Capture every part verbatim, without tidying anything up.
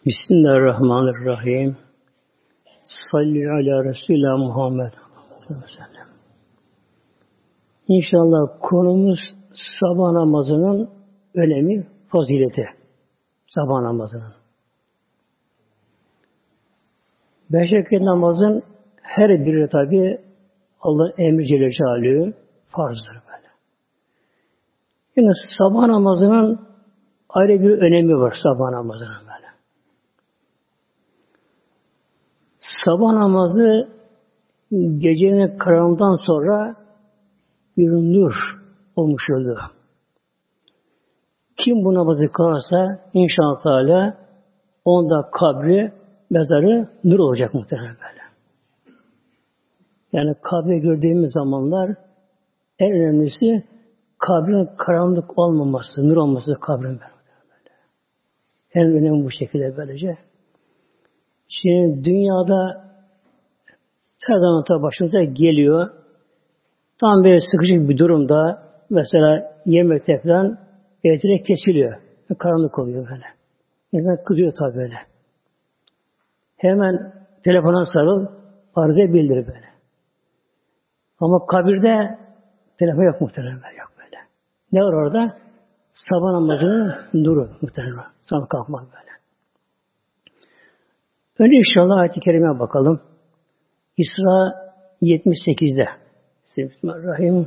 Bismillahirrahmanirrahim. Salli ala Resulullah Muhammed. İnşallah konumuz sabah namazının önemi, fazileti. Sabah namazının. Beş rekat namazın her biri tabi Allah'ın emri Celle Celaluhu farzdır böyle. Yani sabah namazının ayrı bir önemi var sabah namazının böyle. Sabah namazı gecenin karanlığından sonra bir nur olmuş oldu. Kim bu namazı kılarsa inşallah Teala onda kabri, mezarı nur olacak muhtemelen böyle. Yani kabri gördüğümüz zamanlar en önemlisi kabrin karanlık olmaması, nur olması kabrin böyle. En önemli bu şekilde böylece. Şimdi dünyada her zaman tabi başımıza geliyor. Tam böyle sıkışık bir durumda mesela yemekte falan elektrik kesiliyor. Karanlık oluyor böyle. İnsan kızıyor tabi böyle. Hemen telefona sarıl, arıza bildir böyle. Ama kabirde telefon yok muhtemelen yok böyle. Ne var orada? Sabah namazının nuru muhtemelen. Sabah kalkmak böyle. Önce inşallah ayet-i kerimeye bakalım. İsra yetmiş sekizde. Bismillahirrahmanirrahim.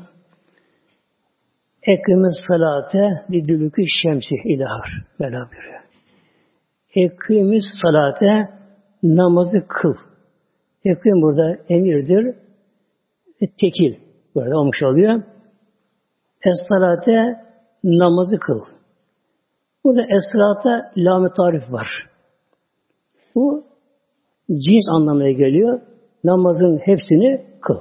Ekimiz salate lidülükü şemsi ilahar. Mevla buyuruyor. Ekimiz salate namazı kıl. Ekim burada emirdir. Tekil. Burada olmuş oluyor. Es-salate namazı kıl. Burada es-salate lam-ı tarif var. Bu cins anlamına geliyor. Namazın hepsini kıl.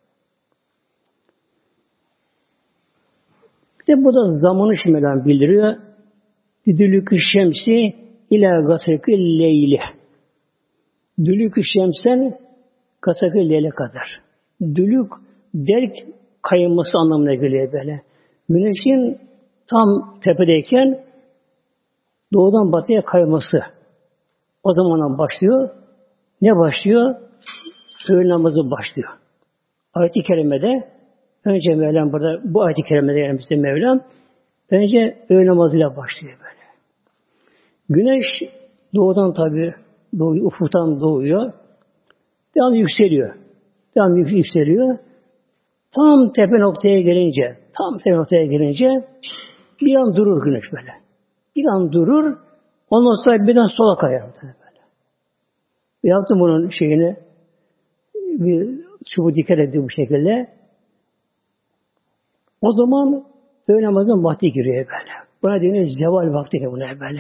Bir de burada zamanı şimdiden bildiriyor. Dülükü şemsi ila gasakı leyli. Dülükü şemsen gasakı leyle kadar. Dülük derk kayılması anlamına geliyor böyle. Güneşin tam tepedeyken doğudan batıya kayması. O zamandan başlıyor. Ne başlıyor? Öğle namazı başlıyor. Ayet-i kerimede önce Mevlam burada bu ayet-i kerimede yani bize Mevlam önce öğle namazıyla başlıyor böyle. Güneş doğudan tabi doğuyor, ufuktan doğuyor. Devamlı yükseliyor. Devamlı yükseliyor. Tam tepe noktaya gelince, tam tepe noktaya gelince bir an durur güneş böyle. Bir an durur. Ondan sonra birden sola kayar böyle. Yaptım bunun şeyini bir çubuğu dikkat etti bu şekilde. O zaman öğle namazının vakti giriyor böyle. Buna deniyor zeval vakti de buna böyle.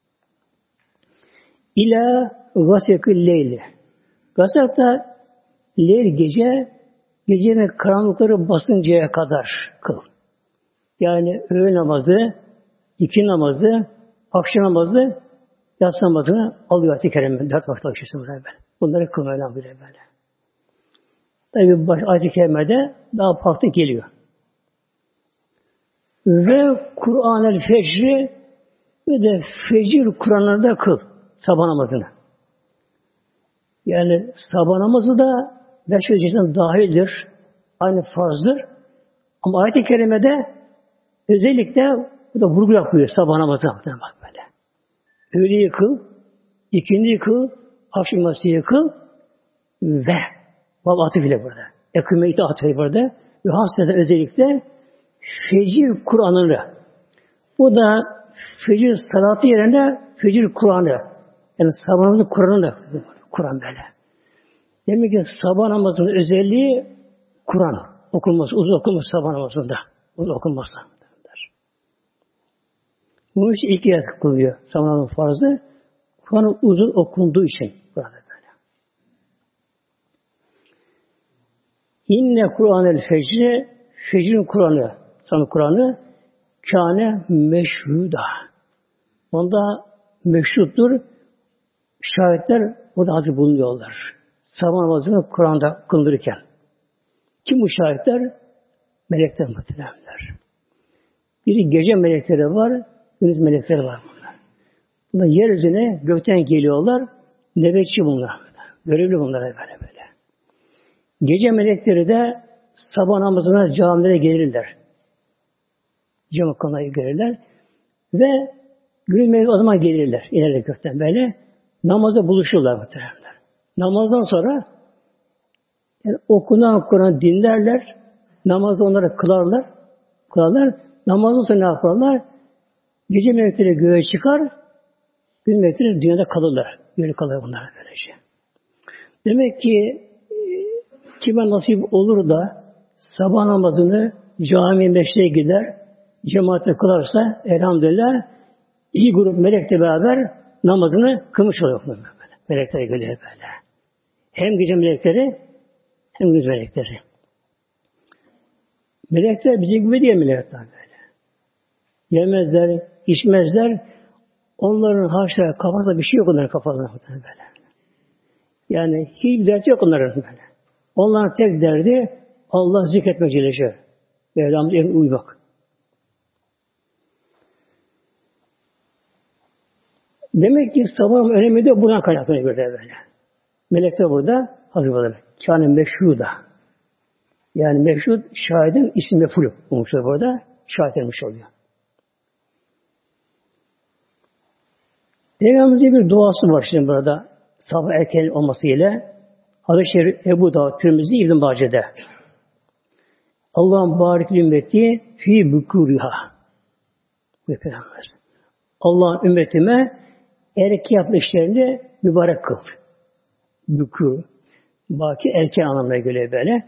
İlâ gasakı leyli. Gasak da leyl gece, gecenin karanlıkları basıncaya kadar kıl. Yani öğle namazı, iki namazı, akşam namazı, yatsı namazını alıyor ayet-i kerime. Dört vakit akşamı böyle. Bunları kılmayla böyle böyle. Tabi ayet-i kerimede daha farklı geliyor. Ve Kur'an-el Fecri ve de Fecir Kur'an'ı da kıl. Sabah namazını. Yani sabah namazı da beş gecesinden dahildir. Aynı farzdır. Ama ayet-i kerimede özellikle bu da vurgu yapıyor sabah namazına. Bak böyle. Öğleyi kıl, ikindi kıl, akşam namazı kıl ve bab atıf ile burada. Ekûmeyte atıf burada. Ve hasreden özellikle Fecir Kur'an'ını. Bu da Fecir salatı yerine Fecir Kur'an'ı. Yani sabah namazı Kur'an'ı Kur'an böyle. Demek ki sabah namazının özelliği Kur'an okunması, uzun okunması sabah namazında. Uzun okunması. Bunun için ilk ayet kılıyor. Sabah namazının farzı. Kur'an'ın uzun okunduğu için. Burada böyle. İnne Kur'an-el Fecri Fecrin Kur'an'ı sabah Kur'an'ı kâne meşhuda. Onda meşhuttur. Şahitler burada hazır bulunuyorlar. Sabah namazını Kur'an'da kıldırırken. Kim bu şahitler? Melekler muhtemelenler. Biri gece melekleri var, gündüz melekleri var bunlar. Bunlar yeryüzüne gökten geliyorlar. Nöbetçi bunlar. Görevli bunlar böyle böyle. Gece melekleri de sabah namazına camilere gelirler. Cami konaya gelirler. Ve gün melekleri o zaman gelirler. İleride gökten böyle. Namaza buluşurlar muhtemelenler. Namazdan sonra yani okunan Kur'an dinlerler. Namazda onları kılarlar. Kılarlar. Namazdan sonra ne yaparlar? Gece melekleri göğe çıkar. Gün melekleri dünyada kalırlar. Böyle kalır bunlar böylece. Demek ki kime nasip olur da sabah namazını cami meşreye gider, cemaate kılarsa elhamdülillah iyi grup melekle beraber namazını kılmış oluyor. Böyle. Melekler geliyor böyle. Hem gece melekleri hem gündüz melekleri. Melekler bizim gibi değil melekler böyle. Yemezler, içmezler. Onların haşa kafasında bir şey yok onların kafalarında böyle. Yani hiçbir dert yok onların böyle. Onların tek derdi Allah zikretmek Celle. Mevlamıza uymak. Demek ki sabahın önemi de buradan kaynaklanıyor böyle böyle. Melekler burada hazır burada. Kâne meşhuda. Yani meşhud şahidin ismi mef'ulü olmuşlar burada. Şahit edilmiş oluyor. Peygamberimizin bir duası var şimdi burada. Sabah erken olmasıyla. Hadis-i Şerif Ebu Davud Tirmizi İbn Mace'de. Allah'ın barik ümmeti fi bukuriha. Bu Peygamberimiz. Allah'ın ümmetime erken yaptığı işlerini mübarek kıl. Bukur. Baki erken anlamına geliyor böyle.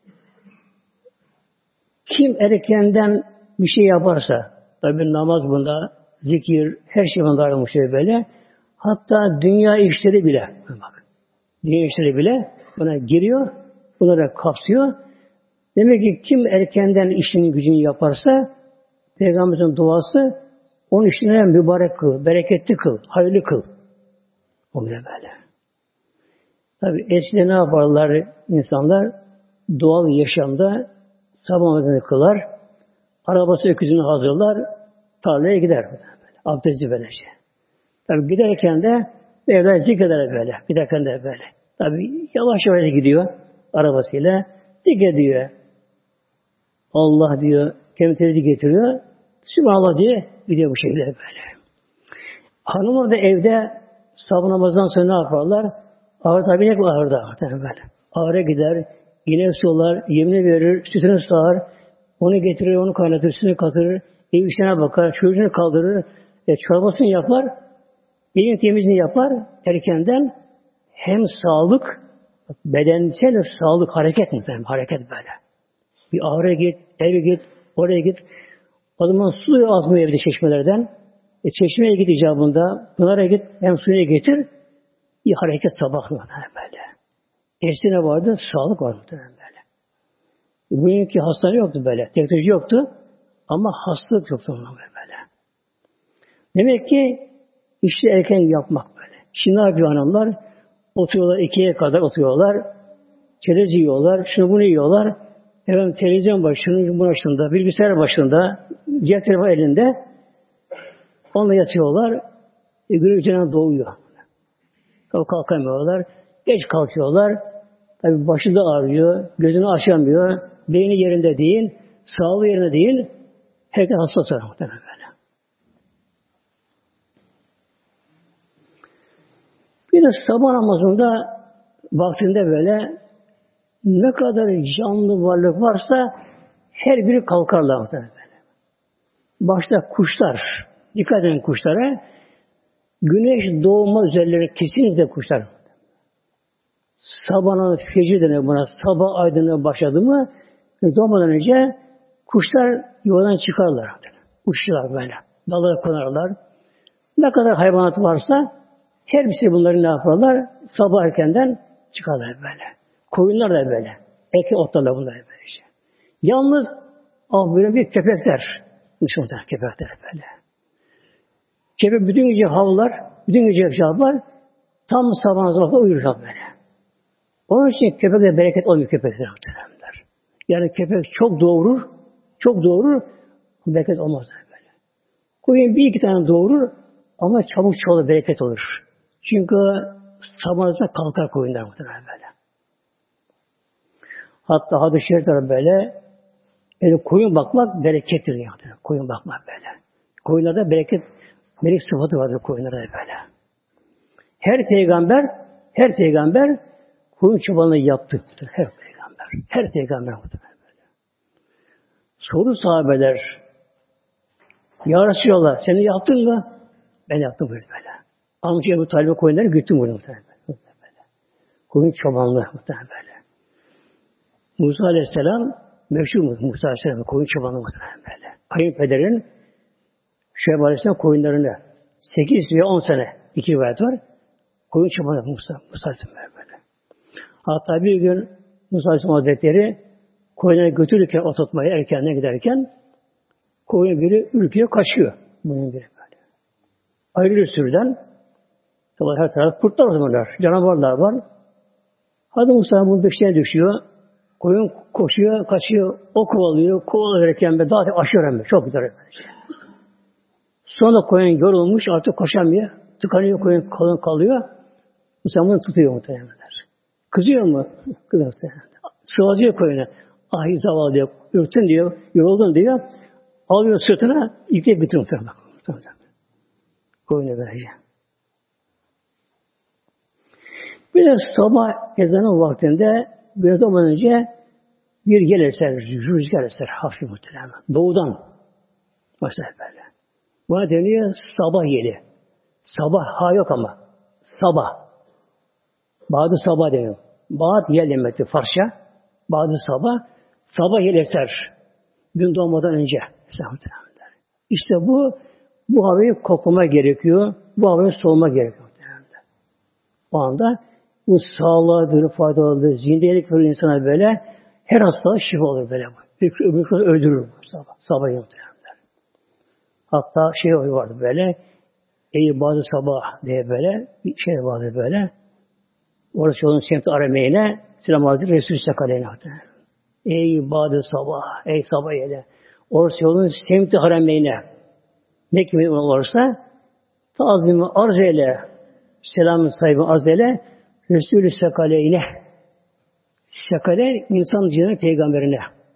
Kim erkenden bir şey yaparsa, tabi namaz bunda, zikir, her şey bunda aramış böyle. Hatta dünya işleri bile, bak, dünya işleri bile buna giriyor, bunları kapsıyor. Demek ki kim erkenden işinin gücünü yaparsa, Peygamberimizin duası, onun işine mübarek kıl, bereketli kıl, hayırlı kıl. O bile böyle. Tabi eskiden ne yaparlar insanlar? Doğal yaşamda sabah namazını kılar, arabası öküzünü hazırlar, tarlaya gider. Abdesti böylece. Tabi giderken de evler zikreder böyle. Giderken de böyle. Tabi yavaş yavaş gidiyor arabasıyla. Zikrediyor. Allah diyor, kemetleri getiriyor. Sübhanallah diye gidiyor bu şekilde böyle. Hanımlar da evde sabah namazdan sonra ne yaparlar? Ağır tabi ne ağırda böyle. Ağıra gider, inek sular, yemini verir, sütünü sağar, onu getirir, onu kaynatır, sütünü katırır, ev işlerine bakar, çocuğunu kaldırır, e, çorbasını yapar, evin temizliğini yapar, erkenden hem sağlık, bedensel sağlık, hareket muhtemelen, hareket böyle. Bir ağrıya git, eve git, oraya git, o zaman su azmıyor evde çeşmelerden, e, çeşmeye git icabında, pınara git, hem suyu getir, bir hareket sabah muhtemelen böyle. Eskiden vardı, sağlık vardı muhtemelen böyle. Bugünkü hastane yoktu böyle, teknoloji yoktu ama hastalık yoktu böyle. Demek ki işte erken yapmak böyle. Şimdi ne yapıyor hanımlar? Oturuyorlar, ikiye kadar oturuyorlar, çerez yiyorlar, şunu bunu yiyorlar. Efendim televizyon başında, başında, bilgisayar başında, cep telefonu elinde, onunla yatıyorlar, e, güneş cenab doğuyor. Kalkamıyorlar, geç kalkıyorlar, tabi başı da ağrıyor, gözünü açamıyor, beyni yerinde değil, sağlığı yerinde değil, herkes hasta olur muhtemelen böyle. Bir de sabah namazında vaktinde böyle ne kadar canlı varlık varsa her biri kalkarlar muhtemelen böyle. Başta kuşlar, dikkat edin kuşlara, güneş doğma üzerlerine kesinlikle kuşlar. Sabahın fecir deniyor buna. Sabah aydınlığı başladı mı doğmadan önce kuşlar yuvadan çıkarlar. Uçuşlar böyle. Dallara konarlar. Ne kadar hayvanat varsa her birisi bunları ne yaparlar? Sabah erkenden çıkarlar böyle. Koyunlar da böyle. Erkek otlarla bunlar böyle. Şey. Yalnız ah böyle bir köpekler. Dışımda köpekler böyle. Köpek bütün gece havlar, bütün gece yapar. Tam sabah vakti uyurlar böyle. Onun için köpekle bereket olmuyor köpekler muhtemelenler. Yani köpek çok doğurur, çok doğurur, bereket olmaz böyle. Koyun bir iki tane doğurur, Ama çabuk çoğalır, bereket olur. Çünkü sabahınızda kalkar koyunlar muhtemelen böyle. Hatta hadis-i şerifler böyle yani koyun bakmak berekettir yani. Koyun bakmak böyle. Koyunlarda bereket, melek sıfatı vardır koyunlarda böyle. Her peygamber, her peygamber koyun çobanlığı yaptı. Her peygamber. Her peygamber muhtemelen böyle. Soru sahabeler, Ya Resulallah, sen de yaptın mı? Ben yaptım böyle. Amca Ebu Talib'e koyunları güttüm bunu muhtemelen böyle. Koyun çobanlığı muhtemelen böyle. Musa Aleyhisselam meşhur mu? Musa Aleyhisselam koyun çobanlığı muhtemelen böyle. Kayınpederin Şuayb Aleyhisselam koyunlarını sekiz ve on sene iki rivayet var. Koyun çobanlığı Musa, Musa Aleyhisselam böyle. Hatta bir gün Musa Aleyhisselam Hazretleri koyunları götürürken o tutmaya erkenden giderken koyun biri ürküyor, kaçıyor. Bunun biri böyle. Ayrılıyor sürüden. Tabii her taraf kurtlar o zamanlar. Canavarlar var. Hadi Musa bunun peşine düşüyor. Koyun koşuyor, kaçıyor. O kovalıyor. Kovalarken be daha aşıyor hem de. Çok güzel böyle. Sonra koyun yorulmuş. Artık koşamıyor. Tıkanıyor koyun kalın kalıyor. Musa bunu tutuyor muhtemelenler. Kızıyor mu? Kızıyor muhtemelen. Sıvazıyor koyunu. Ah zavallı diyor. Ürktün diyor. Yoruldun diyor. Alıyor sırtına. İpek bitiriyor muhtemelen. Koyunu böylece. Bir de sabah ezanı vaktinde biraz olmadan önce bir yel eser, rüzgar eser hafif muhtemelen. Doğudan. Mesela böyle. Buna deniyor sabah yeli. Sabah ha yok ama. Sabah. Bazı sabah deniyor. Bazı yel demektir Farsça. Bazı sabah. Sabah yel eser. Gün doğmadan önce. İşte bu bu havayı kokuma gerekiyor. Bu havayı soğuma gerekiyor. O anda bu sağlığa faydalıdır. Zindelik verir insana böyle. Her hastalığa şifa olur böyle. Öbür öldürür sabah. Sabah muhtemelenler. Hatta şey vardı böyle. Ey bazı sabah diye böyle bir şey vardı böyle. Orası yolun semti Arameyn'e Selam Hazretleri Resulü Sekaleyne. Ey bazı sabah, ey sabah yele. Orası yolun semti Arameyn'e. Mekke'de olursa tazimi arz eyle. Selamın sahibi arz eyle. Resulü Sekaleyne. Sekale insan cinleri peygamberine.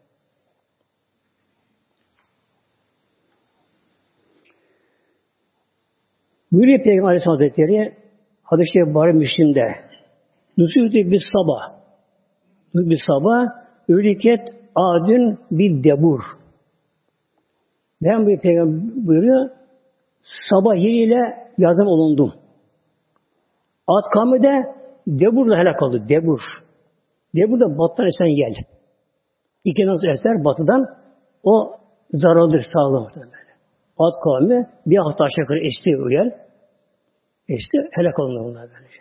Buyuruyor Peygamber Aleyhisselam Hazretleri hadis-i şerif Buhari Müslim'de Nusuydu bir sabah bir sabah üliket adün bir debur. Ben bu Peygamber buyuruyor sabah yeriyle yardım olundum. Ad kavmi de deburla helak oldu. Debur. Debur da batıdan esen yel. İki nasıl eser batıdan o zararlıdır sağlığı. Ad kavmi bir hafta aşağı yukarı esti o yel. Esti helak oldu bunlar böylece.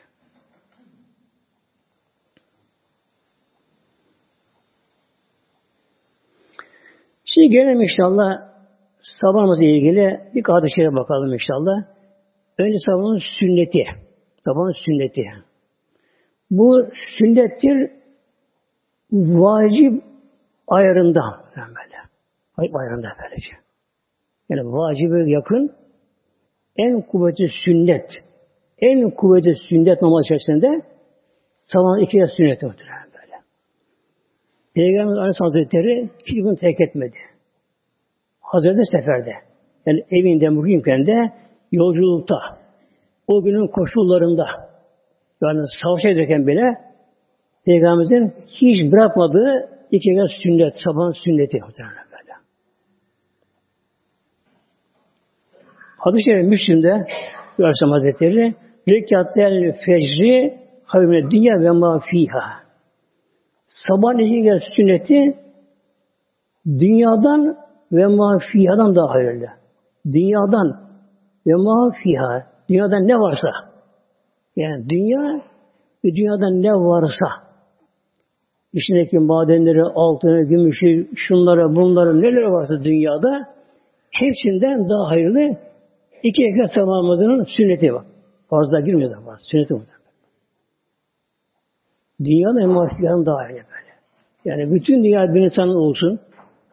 Şimdi gelelim inşallah sabahımızla ilgili bir hadiseye bakalım inşallah. Önce sabahın sünneti. Sabahın sünneti. Bu sünnettir vacip ayarında böyle. Vacip ayarında böylece. Yani vacibe yakın en kuvvetli sünnet. En kuvvetli sünnet namaz içerisinde sabahın iki yaz sünneti muhtemelen böyle. Peygamber Aleyhisselam Hazretleri hiç bunu terk etmedi. Hazreti seferde. Yani evinde muhimken de yolculukta. O günün koşullarında yani savaşa giderken bile Peygamberimizin hiç bırakmadığı iki yaz sünnet, sabahın sünneti muhtemelen böyle. Hadis-i Şerif Müslim'de Aleyhisselam Hazretleri Rekâtel fecri hayrüne dünya ve mâ fîhâ. Sabahın iki yaz sünneti dünyadan ve mâ fîhâ'dan daha hayırlı. Dünyadan ve mâ fîhâ. Dünyadan ne varsa yani dünya ve dünyada ne varsa içindeki madenleri, altını, gümüşü, şunları, bunları neler varsa dünyada hepsinden daha hayırlı iki rekat sabahımızın sünneti var. Fazla girmiyor da var. Sünneti var. Dünyanın en mahfiyanın daha hayırlı böyle. Yani bütün dünya bir insanın olsun,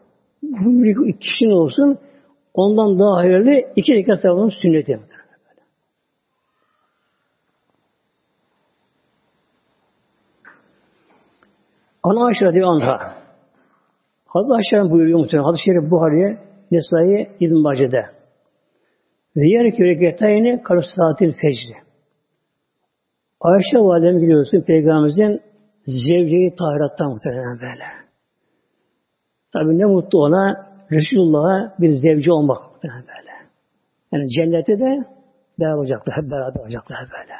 bir kişinin olsun ondan daha hayırlı iki rekat sabahımızın sünneti var. Ana Ayşe radıyallahu anha. Hazreti Ayşe'nin buyuruyor muhtemelen. Hadis-i Şerif Buhari'ye, Nesai İbn Mace'de. Ve yer küreketayni karısatil fecri. Ayşe validem biliyorsun Peygamberimizin zevceyi tahirattan muhtemelen böyle. Tabii ne mutlu ona Resulullah'a bir zevci olmak muhtemelen böyle. Yani cennette de beraber olacaklar, hep beraber olacaklar böyle.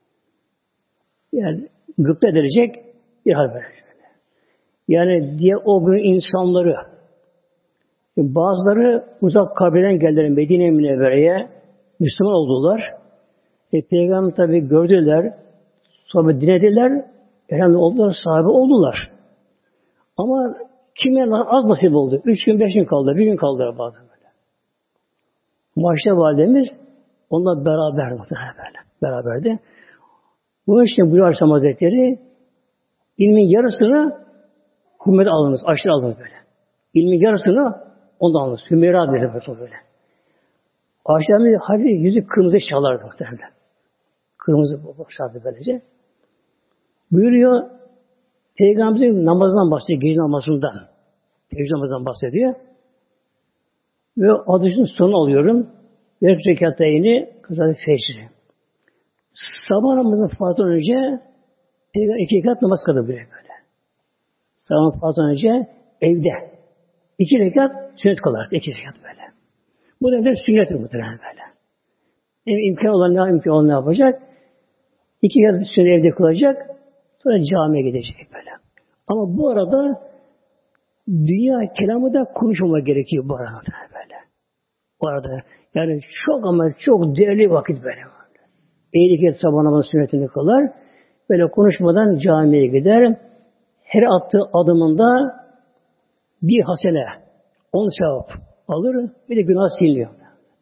Yani gıpta edilecek bir hal böyle. Yani diye o gün insanları, bazıları uzak kabileden geldiler Medine-i Münevvere'ye, Müslüman oldular. E, Peygamber tabi gördüler, sonra dinlediler, herhalde oldular, sahibi oldular. Ama kime az nasip oldu? Üç gün, beş gün kaldılar, bir gün kaldılar bazen böyle. Ayşe validemiz onunla beraber muhtemelen böyle, beraberdi. Bunun için buyuruyor Aleyhisselam Hazretleri, ilmin yarısını Hümeyra alınız, aşırı alınız böyle. İlmin yarısını ondan alınız. Hümeyra dedi böyle. Ayşe'nin hafif yüzü kırmızı çalardı muhtemelen. Kırmızı başladı böylece. Buyuruyor, Peygamberimizin namazından bahsediyor, gece namazından. Teheccüd namazından bahsediyor. Ve adışın sonunu alıyorum. Ve rekatayını kızadı fecri. Sabah namazının farzından önce Peygamber iki rekat namaz kıldı böyle böyle. Sabah farzından önce evde. İki rekat sünnet kılardı. İki rekat böyle. Bu da sünnettir muhtemelen böyle. Yani imkan olan ne, imkan olan ne yapacak? İki rekat sünnet evde kılacak. Sonra camiye gidecek böyle. Ama bu arada dünya kelamı da konuşmamak gerekiyor bu arada böyle. Bu arada yani çok ama çok değerli vakit böyle. İyilik et sabah namazı sünnetini kılar. Böyle konuşmadan camiye gider. Her attığı adımında bir hasene, on sevap alır. Bir de günah siliniyor.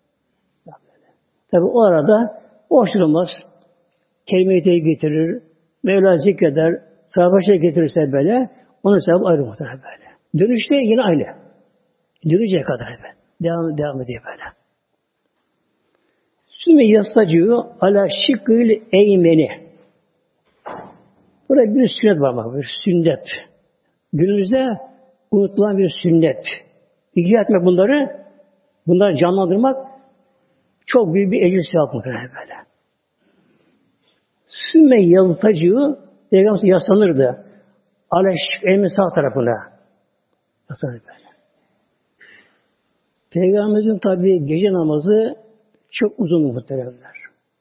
Tabi o arada boş durmaz. Kelime-i getirir. Mevla zikreder. Sahabe şey getirirse böyle onun sevabı ayrı muhtemelen böyle. Dönüşte yine aynı. Döneceğe kadar böyle. Devam, devam ediyor böyle. Sümme yastacıyor ala şıkkıl eymeni. Burada bir sünnet var bak. Bir sünnet. Günümüzde unutulan bir sünnet. İhya etmek bunları, bunları canlandırmak çok büyük bir ecir sevap muhtemelen böyle. Sümme yaltacıyor, Peygamber yaslanırdı. Aleş elimin sağ tarafına. Yaslanır böyle. Peygamberimizin tabi gece namazı çok uzun muhtemelenler.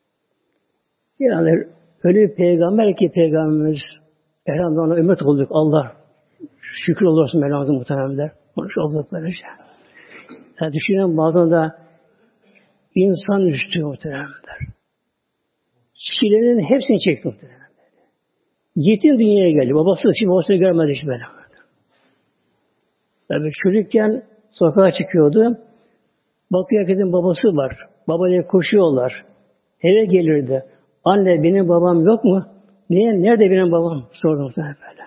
Yani öyle bir peygamber ki Peygamberimiz elhamdülillah ona ümmet olduk. Allah şükür olursun Mevlamızın muhtemelenler. Konuş olduk böylece. Yani düşünün bazen de insan üstü muhtemelenler. Çilenin hepsini çekti muhtemelen. Yetim dünyaya geldi. Babası için babasını görmedi hiç böyle. Tabii çocukken sokağa çıkıyordu. Bakıyor herkesin babası var. Babaya koşuyorlar. Eve gelirdi. Anne benim babam yok mu? Niye? Nerede benim babam? Sordu muhtemelen böyle.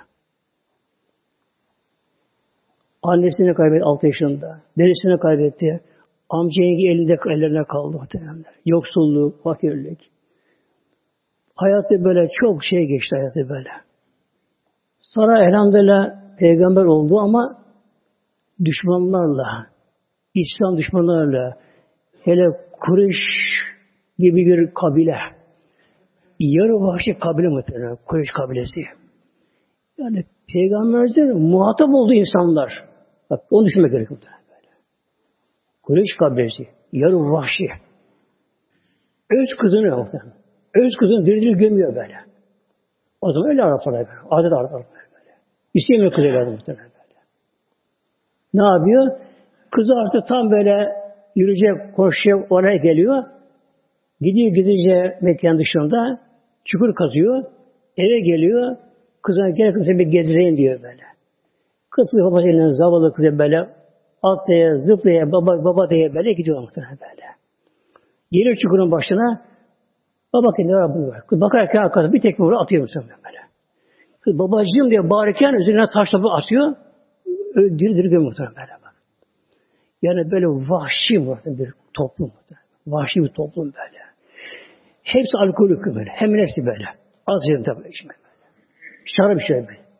Annesini kaybetti altı yaşında. Dedesini kaybetti. Amca yenge elinde, ellerine kaldı muhtemelen. Yoksulluk, fakirlik. Hayatı böyle çok şey geçti hayatı böyle. Sonra elhamdülillah peygamber oldu ama düşmanlarla, İslam düşmanlarla, hele Kureyş gibi bir kabile, yarı vahşi kabile muhtemelen, Kureyş kabilesi. Yani peygamberimizin muhatap olduğu insanlar, bak onu düşünmek gerekiyor böyle. Kureyş kabilesi, yarı vahşi. Öz kızını muhtemelen. Öz kızını diri diri gömüyor böyle. O zaman öyle Araplar böyle. Adet Araplar böyle. İstemiyor kız evladı muhtemelen böyle. Ne yapıyor? Kızı artık tam böyle yürüyecek, koşacak, oraya geliyor. Gidiyor gidince Mekke'nin dışında çukur kazıyor. Eve geliyor. Kızına gel kızı bir gezdireyim diyor böyle. Kızı babasıyla zavallı kızı böyle atlaya, zıplaya, baba, baba diye böyle gidiyor muhtemelen böyle. Geliyor çukurun başına. Baba ki ne var bu var. Kız bakarken arkasına bir tekme vuruyor atıyor muhtemelen böyle. Kız babacığım diye bağırırken üzerine taş topu atıyor. Öyle diri diri gömüyor muhtemelen böyle bak. Yani böyle vahşi muhtemelen bir toplum muhtemelen. Vahşi bir toplum böyle. Hepsi alkolik böyle. Hemen hepsi böyle. Az yerim tabii içmek böyle. Şarap bir şey böyle.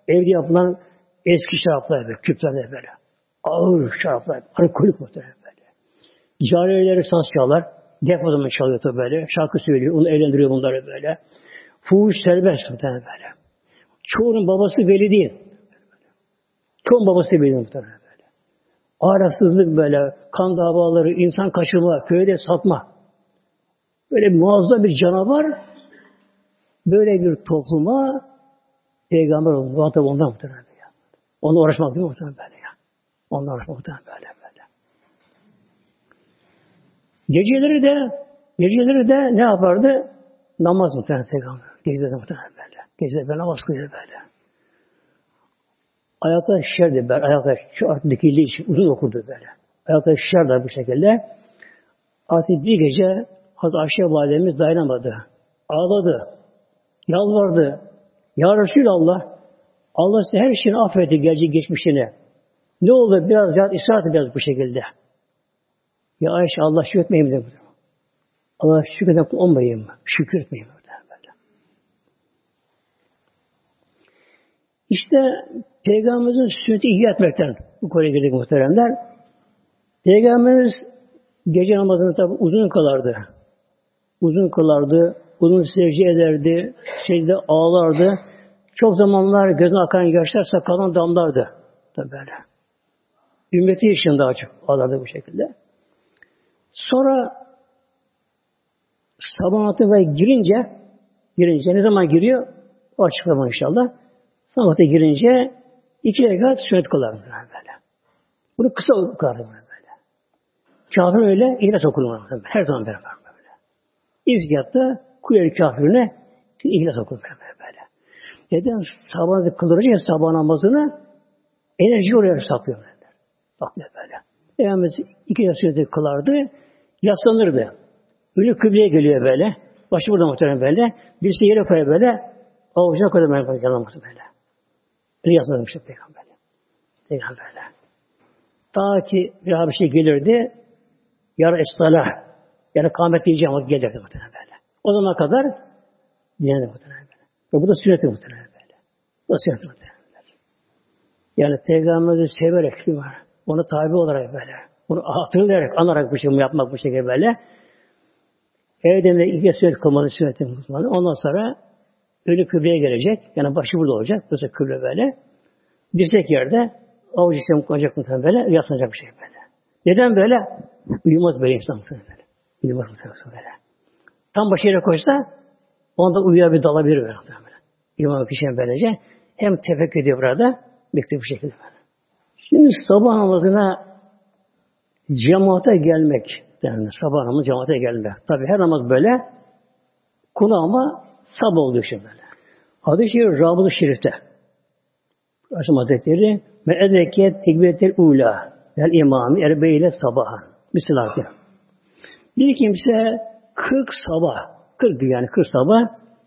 Evde yapılan eski şaraplar böyle, küplerde böyle. Ağır şaraplar, alkolik muhtemelen böyle. Cariyeleri saz çalar, depodan çalıyor tabii böyle. Şarkı söylüyor, onu eğlendiriyor bunları böyle. Fuhuş serbest muhtemelen böyle. Çoğunun babası veli değil. Çoğunun babası veli muhtemelen böyle. Ahlaksızlık böyle, kan davaları, insan kaçırma, köyde satma. Böyle muazzam bir canavar, böyle bir topluma peygamber oldu. Muhatap ondan muhtemelen böyle. Onunla uğraşmak değil mi muhtemelen böyle ya? Onunla uğraşmak muhtemelen böyle böyle. Geceleri de geceleri de ne yapardı? Namaz muhtemelen peygamber. Geceleri muhtemelen böyle. Geceleri böyle namaz kılıyor böyle. Ayakları şişerdi böyle. Ayakları şu artık dikildiği için uzun okurdu böyle. Ayakları şişerdi bu şekilde. Artık bir gece Hazreti Ayşe validemiz dayanamadı. Ağladı. Yalvardı. Ya Resulallah, Allah size her şeyini affetti, gelecek geçmişini. Ne oldu? Biraz rahat ısrar etti biraz bu şekilde. Ya Ayşe, Allah şükretmeyeyim dedi. Allah şükreden olmayayım mı? Şükür etmeyeyim mi? Böyle. İşte Peygamberimizin sünneti ihya etmekten bu konuya girdik muhteremler. Peygamberimiz gece namazını tabi uzun kılardı. Uzun kılardı, uzun secde ederdi, secde ağlardı. Çok zamanlar gözüne akan yaşlar sakalından damlardı. Tabi böyle. Ümmeti için daha çok ağlardı bu şekilde. Sonra sabah namazına girince, girince ne zaman giriyor? O açıklama inşallah. Sabah girince iki rekat sünnet kılardı böyle. Bunu kısa kılardı böyle. Kafir öyle ihlas okurlar her zaman beraber böyle. İlk yatta kuyar kafirine ihlas okurlar böyle. Neden sabah namazı kıldırınca sabah namazını enerji oraya saklıyor böyle. Saklıyor böyle. Peygamber iki rekat sünneti kılardı, yaslanırdı. Ölü kıbleye geliyor böyle. Başı burada muhtemelen böyle. Birisi yere koyar böyle. Avucuna koyar böyle. Yanılması böyle. Böyle yaslanırmıştı Peygamber'le. Peygamber'le. Ta ki bir şey gelirdi. Yarın es-salah. Yani kâhmet diyeceğim ama gelirdi muhtemelen böyle. O zamana kadar dinlendi muhtemelen böyle. Ve bu da sünnet-i muhtemelen böyle. Bu da sünnet-i muhtemelen böyle. Yani Peygamber'i severek, ona tabi olarak böyle. Onu hatırlayarak, anarak bu şey yapmak bu şekilde böyle. Evden de ilk sünnet kılmanın sünneti muhtemelen. Ondan sonra ölü kıbleye gelecek. Yani başı burada olacak. Burası kıble böyle. Dirsek yerde avuç içine koyacak muhtemelen böyle. Yaslanacak bir şey böyle. Neden böyle? Uyumaz böyle insan böyle. Uyumaz böyle. Tam başı yere koysa onda uyuya bir dalabilir böyle. İmam kişinin böylece hem tefekkür ediyor burada, bekliyor bu şekilde böyle. Şimdi sabah namazına cemaate gelmek denir. Sabah namazı cemaate gelmek. Tabi her namaz böyle. Konu ama sabah olduğu için böyle. Hadis-i Şerif Rabıt-ı Şerif'te Rasul Hazretleri ve edeke tekbiretel ula vel imami erbeyle sabaha. Bismillahirrahmanirrahim. Bir kimse kırk sabah, kırk yani kırk sabah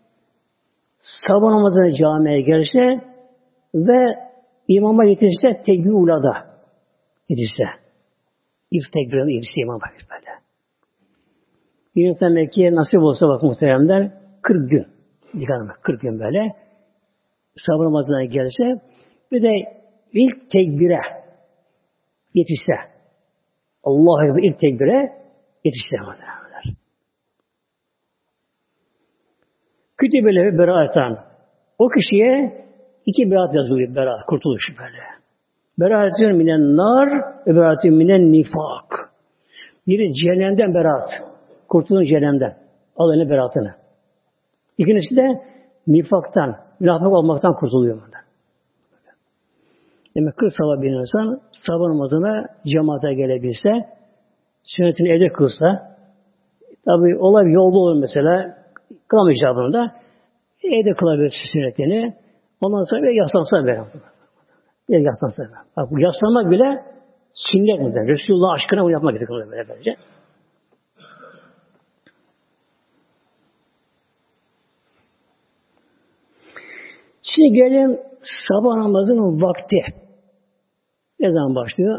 sabah namazına camiye gelse ve imama yetişse tekbir ulada yetişse. İlk tekbirine yetişse imama böyle. Bir insan belki nasip olsa bak muhteremler kırk gün. kırk gün böyle sabah namazına gelse bir de ilk tekbire yetişse Allah'a Ekber ilk tekbire yetişse muhteremler. Kütübele beraatan o kişiye iki beraat yazılıyor. Beraat, kurtuluş böyle. Beraatün minen nar ve beraatün minen nifak. Biri cehennemden beraat. Kurtulun cehennemden. Al eline beraatını. İkincisi de nifaktan, münafık olmaktan kurtuluyor bundan. Demek kırk sabah bir insan sabah namazına cemaate gelebilse, sünnetini evde kılsa, tabi olay yolda olur mesela, kılamayacak bunu da, evde kılabilir sünnetini, ondan sonra bir yaslansa böyle. Bir yaslansa böyle. Bak bu yaslanmak bile sünnet midir? Resulullah aşkına bunu yapmak gerekiyor böyle böylece. Şimdi gelin sabah namazının vakti. Ne zaman başlıyor?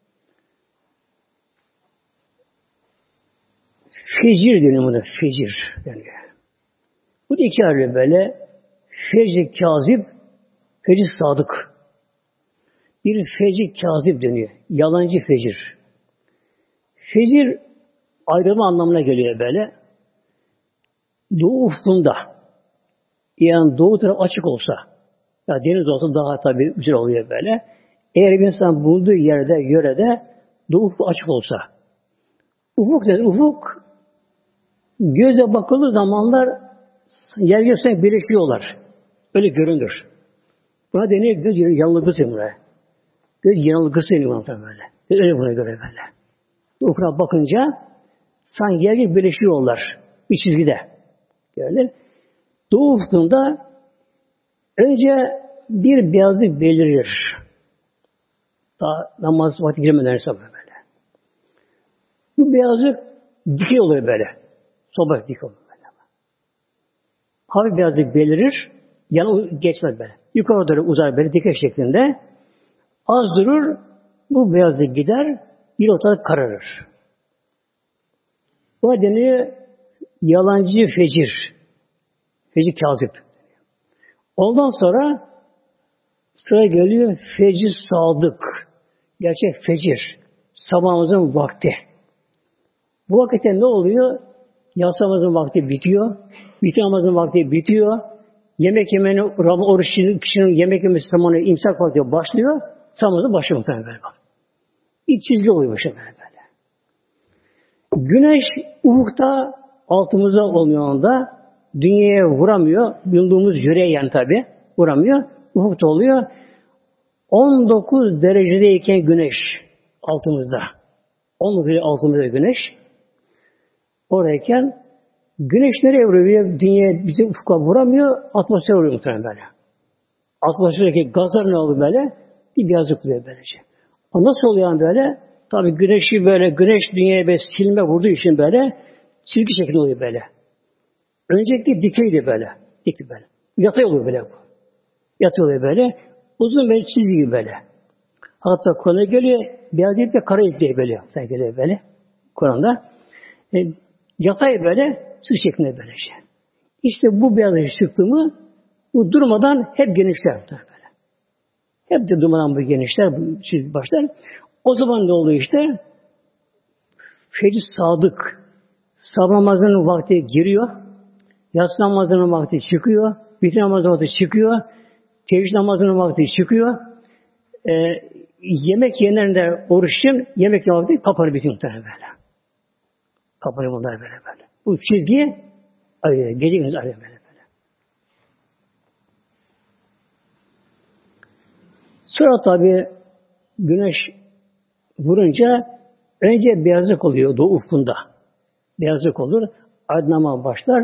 Fecir deniyor buna. Fecir. Yani. Bu da iki ayrı böyle. Fecr-i kazib Fecir sadık. Bir fecir kazip deniyor. Yalancı fecir. Fecir ayrılma anlamına geliyor böyle. Doğu ufkunda, yani doğu tarafı açık olsa, ya deniz olsa daha tabii güzel oluyor böyle. Eğer bir insan bulunduğu yerde, yörede doğu ufku açık olsa, ufuk dedi, ufuk göze bakıldığı zamanlar yer göstererek birleşiyorlar. Öyle görünür. Buna deniyor göz yanılgısı buraya. Göz yanılgısı deniyor böyle. Öyle buna göre böyle. Ufukuna bakınca sanki yer gibi birleşiyorlar. Bir çizgide. Böyle. Doğu ufkunda önce bir beyazlık belirir. Daha namaz vakti girmeden hesap böyle. Bu beyazlık dikey oluyor böyle. Soba dikey oluyor böyle. Hafif beyazlık belirir. Yana geçmez böyle. Yukarı doğru uzar böyle dikey şeklinde. Az durur. Bu beyazlık gider. Bir ortalık kararır. Bu nedeni yalancı fecir. Fecir kazip. Ondan sonra sıra geliyor fecir sadık. Gerçek fecir. Sabahımızın vakti. Bu vakitte ne oluyor? Yasamızın vakti bitiyor. Bitir namazın vakti bitiyor. Yemek yemenin, oruç kişinin yemek yemesi zamanı imsak vakti başlıyor. Sabahımızın başı muhtemelen böyle bak. Bir çizgi oluyor başa böyle böyle. Güneş ufukta altımızda olmuyor anda. Dünyaya vuramıyor. Bulunduğumuz yüreğe yani tabi. Vuramıyor. Ufukta oluyor. on dokuz derecedeyken güneş altımızda. on dokuz derece altımızda güneş. Orayken güneş nereye vuruyor? Dünya bizi ufka vuramıyor. Atmosfer vuruyor muhtemelen böyle. Atmosferdeki gazlar ne oldu böyle? Bir beyazlık oluyor böylece. O nasıl oluyor yani böyle? Tabi güneşi böyle, güneş dünyaya böyle silme vurduğu için böyle çizgi şekli oluyor böyle. Öncelikle dikeydi böyle. Dikti böyle. Yatay oluyor böyle bu. Yatay oluyor böyle. Uzun böyle çizgi gibi böyle. Hatta Kur'an'a geliyor. Beyaz ip ve kara ip diye geliyor. Sen geliyor böyle. Kur'an'da. E, yatay böyle. Sık şeklinde böyle şey. İşte bu beyazlık çıktı mı bu durmadan hep genişler. Böyle. Hep de durmadan bu genişler. Bu çizgi başlar. O zaman ne oluyor işte? Fecir sadık. Sabah namazının vakti giriyor. Yatsı namazının vakti çıkıyor. Bitir namazının vakti çıkıyor. Teheccüd namazının vakti çıkıyor. Ee, yemek yiyenlerinde oruç için yemek vakti kapanır bütün muhtemelen böyle. Kapanır bunlar böyle böyle. Bu çizgi ayırıyor. Gece gündüz ayırıyor böyle böyle. Sonra tabi güneş vurunca önce beyazlık oluyor doğu ufkunda. Beyazlık olur. Aydınlanma başlar.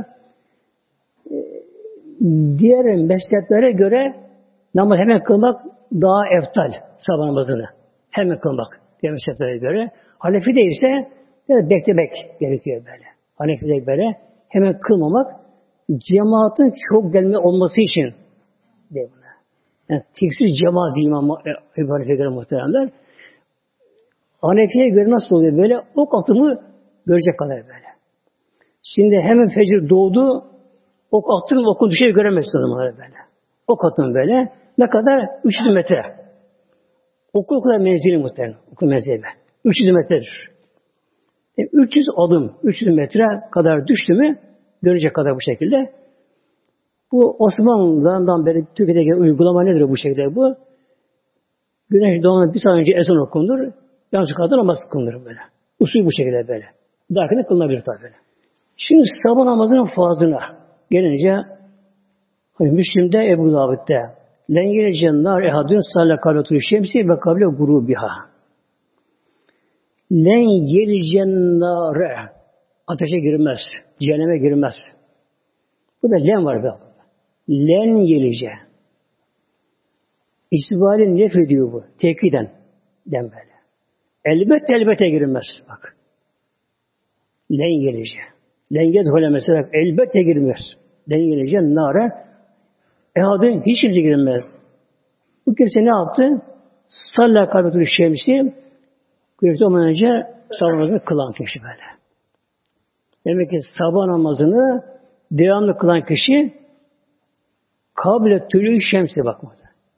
Diğer mezheplere göre namaz hemen kılmak daha eftal sabah namazını. Hemen kılmak. Diğer mezheplere göre. Hanefi değilse beklemek gerekiyor böyle. Hanefi de böyle hemen kılmamak cemaatin çok gelme olması için diye buna. Yani tiksiz cemaat imam Ebu Hanife'ye göre muhteremler. Hanefi'ye göre nasıl oluyor böyle? Ok atımı görecek kadar böyle. Şimdi hemen fecir doğdu. Ok attın mı okun düşeyi göremezsin o zamanlar böyle. Ok attın böyle. Ne kadar? üç yüz metre. Okul kadar menzili muhtemelen. Okul menzili. üç yüz metredir. Yani üç yüz adım, üç yüz metre kadar düştü mü görecek kadar bu şekilde. Bu Osmanlı'dan beri Türkiye'deki uygulama nedir bu şekilde bu? Güneş doğmadan bir saat önce ezan okunur. Yalnız kadar namaz kılınır böyle. Usul bu şekilde böyle. Daha kılınabilir tabi böyle. Şimdi sabah namazının fazlına gelince hani Müslim'de Ebu Davud'da len yelecen nar ehadun salla kavletul şemsi ve kavle gurubiha. Len yelecen nar ateşe girmez, cehenneme girmez. Bu da len var be. Len yelice. İstibali nef ediyor bu. Tekiden. Den böyle. Elbette elbette girilmez. Bak. Len yelice. Len yedhole mesela elbette girilmez. Len yelice nara ehadın hiç kimse girilmez. Bu kimse ne yaptı? Salla kalbetul şemsi güneş doğmadan önce sabah namazını kılan kişi böyle. Demek ki sabah namazını devamlı kılan kişi kable tülü şemsi bakmadı.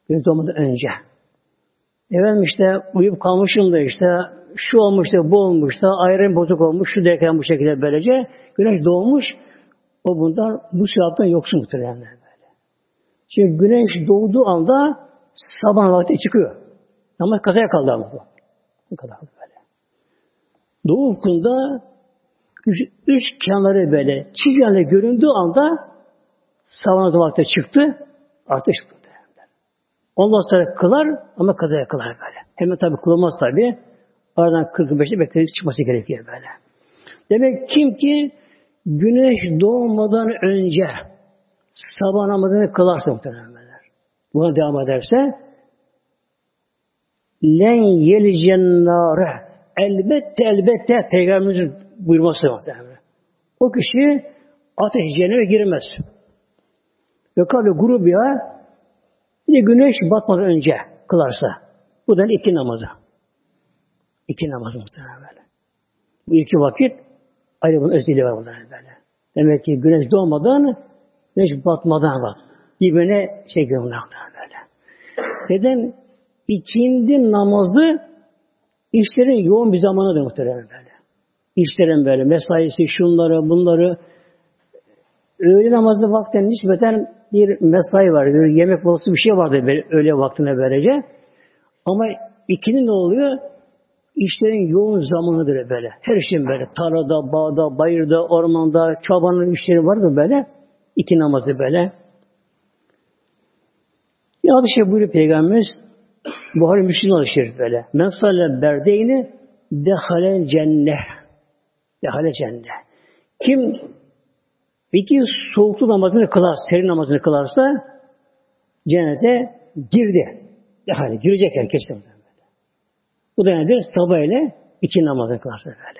Güneş doğmadan önce. Efendim işte uyuyup kalmışım da işte şu olmuş da bu olmuş da ayrım bozuk olmuş şu derken bu şekilde böylece güneş doğmuş. O bundan bu sevaptan yoksun muhtemelen böyle. Çünkü güneş doğduğu anda sabah vakti çıkıyor. Ama kazaya kaldı ama bu. Bu kadar böyle. Doğu ufkunda üç, üç kenarı böyle çizenle göründüğü anda sabah vakti çıktı. Artık çıktı. Ondan sonra kılar ama kazaya kılar böyle. Hemen tabi kılmaz tabi. Aradan kırk beşte bekleyip çıkması gerekiyor böyle. Demek kim ki güneş doğmadan önce sabah namazını kılarsa muhtemelen. Buna devam ederse len yelicennâre elbette elbette Peygamberimizin buyurması muhtemelen. O kişi ateş cehenneme girmez. Ve kabli grubiya bir de güneş batmadan önce kılarsa. Bu da iki namazı. İki namazı muhtemelen böyle. Bu iki vakit ayrı bunun özelliği var bunların böyle. Demek ki güneş doğmadan güneş batmadan var. Birbirine şey görünüyor böyle. Neden? İkindi namazı işlerin yoğun bir zamanıdır muhtemelen böyle. İşlerin böyle mesaisi, şunları, bunları öğle namazı vaktine nispeten bir mesai var. Bir yemek molası bir şey vardı böyle, öğle vaktine böylece. Ama ikindi ne oluyor? İşlerin yoğun zamanıdır böyle. Her şeyin böyle. Tarlada, bağda, bayırda, ormanda, çobanın işleri vardır böyle. İki namazı böyle. Bir hadis-i şerif buyuruyor Peygamberimiz. Buhari Müslim hadis-i şerif böyle. Men salle berdeyni dehale cennet. Dehale cennet. Kim iki soğuklu namazını kılar, serin namazını kılarsa cennete girdi. Dehale girecek herkes. Bu da nedir? Sabah ile iki namazını kılarsa böyle.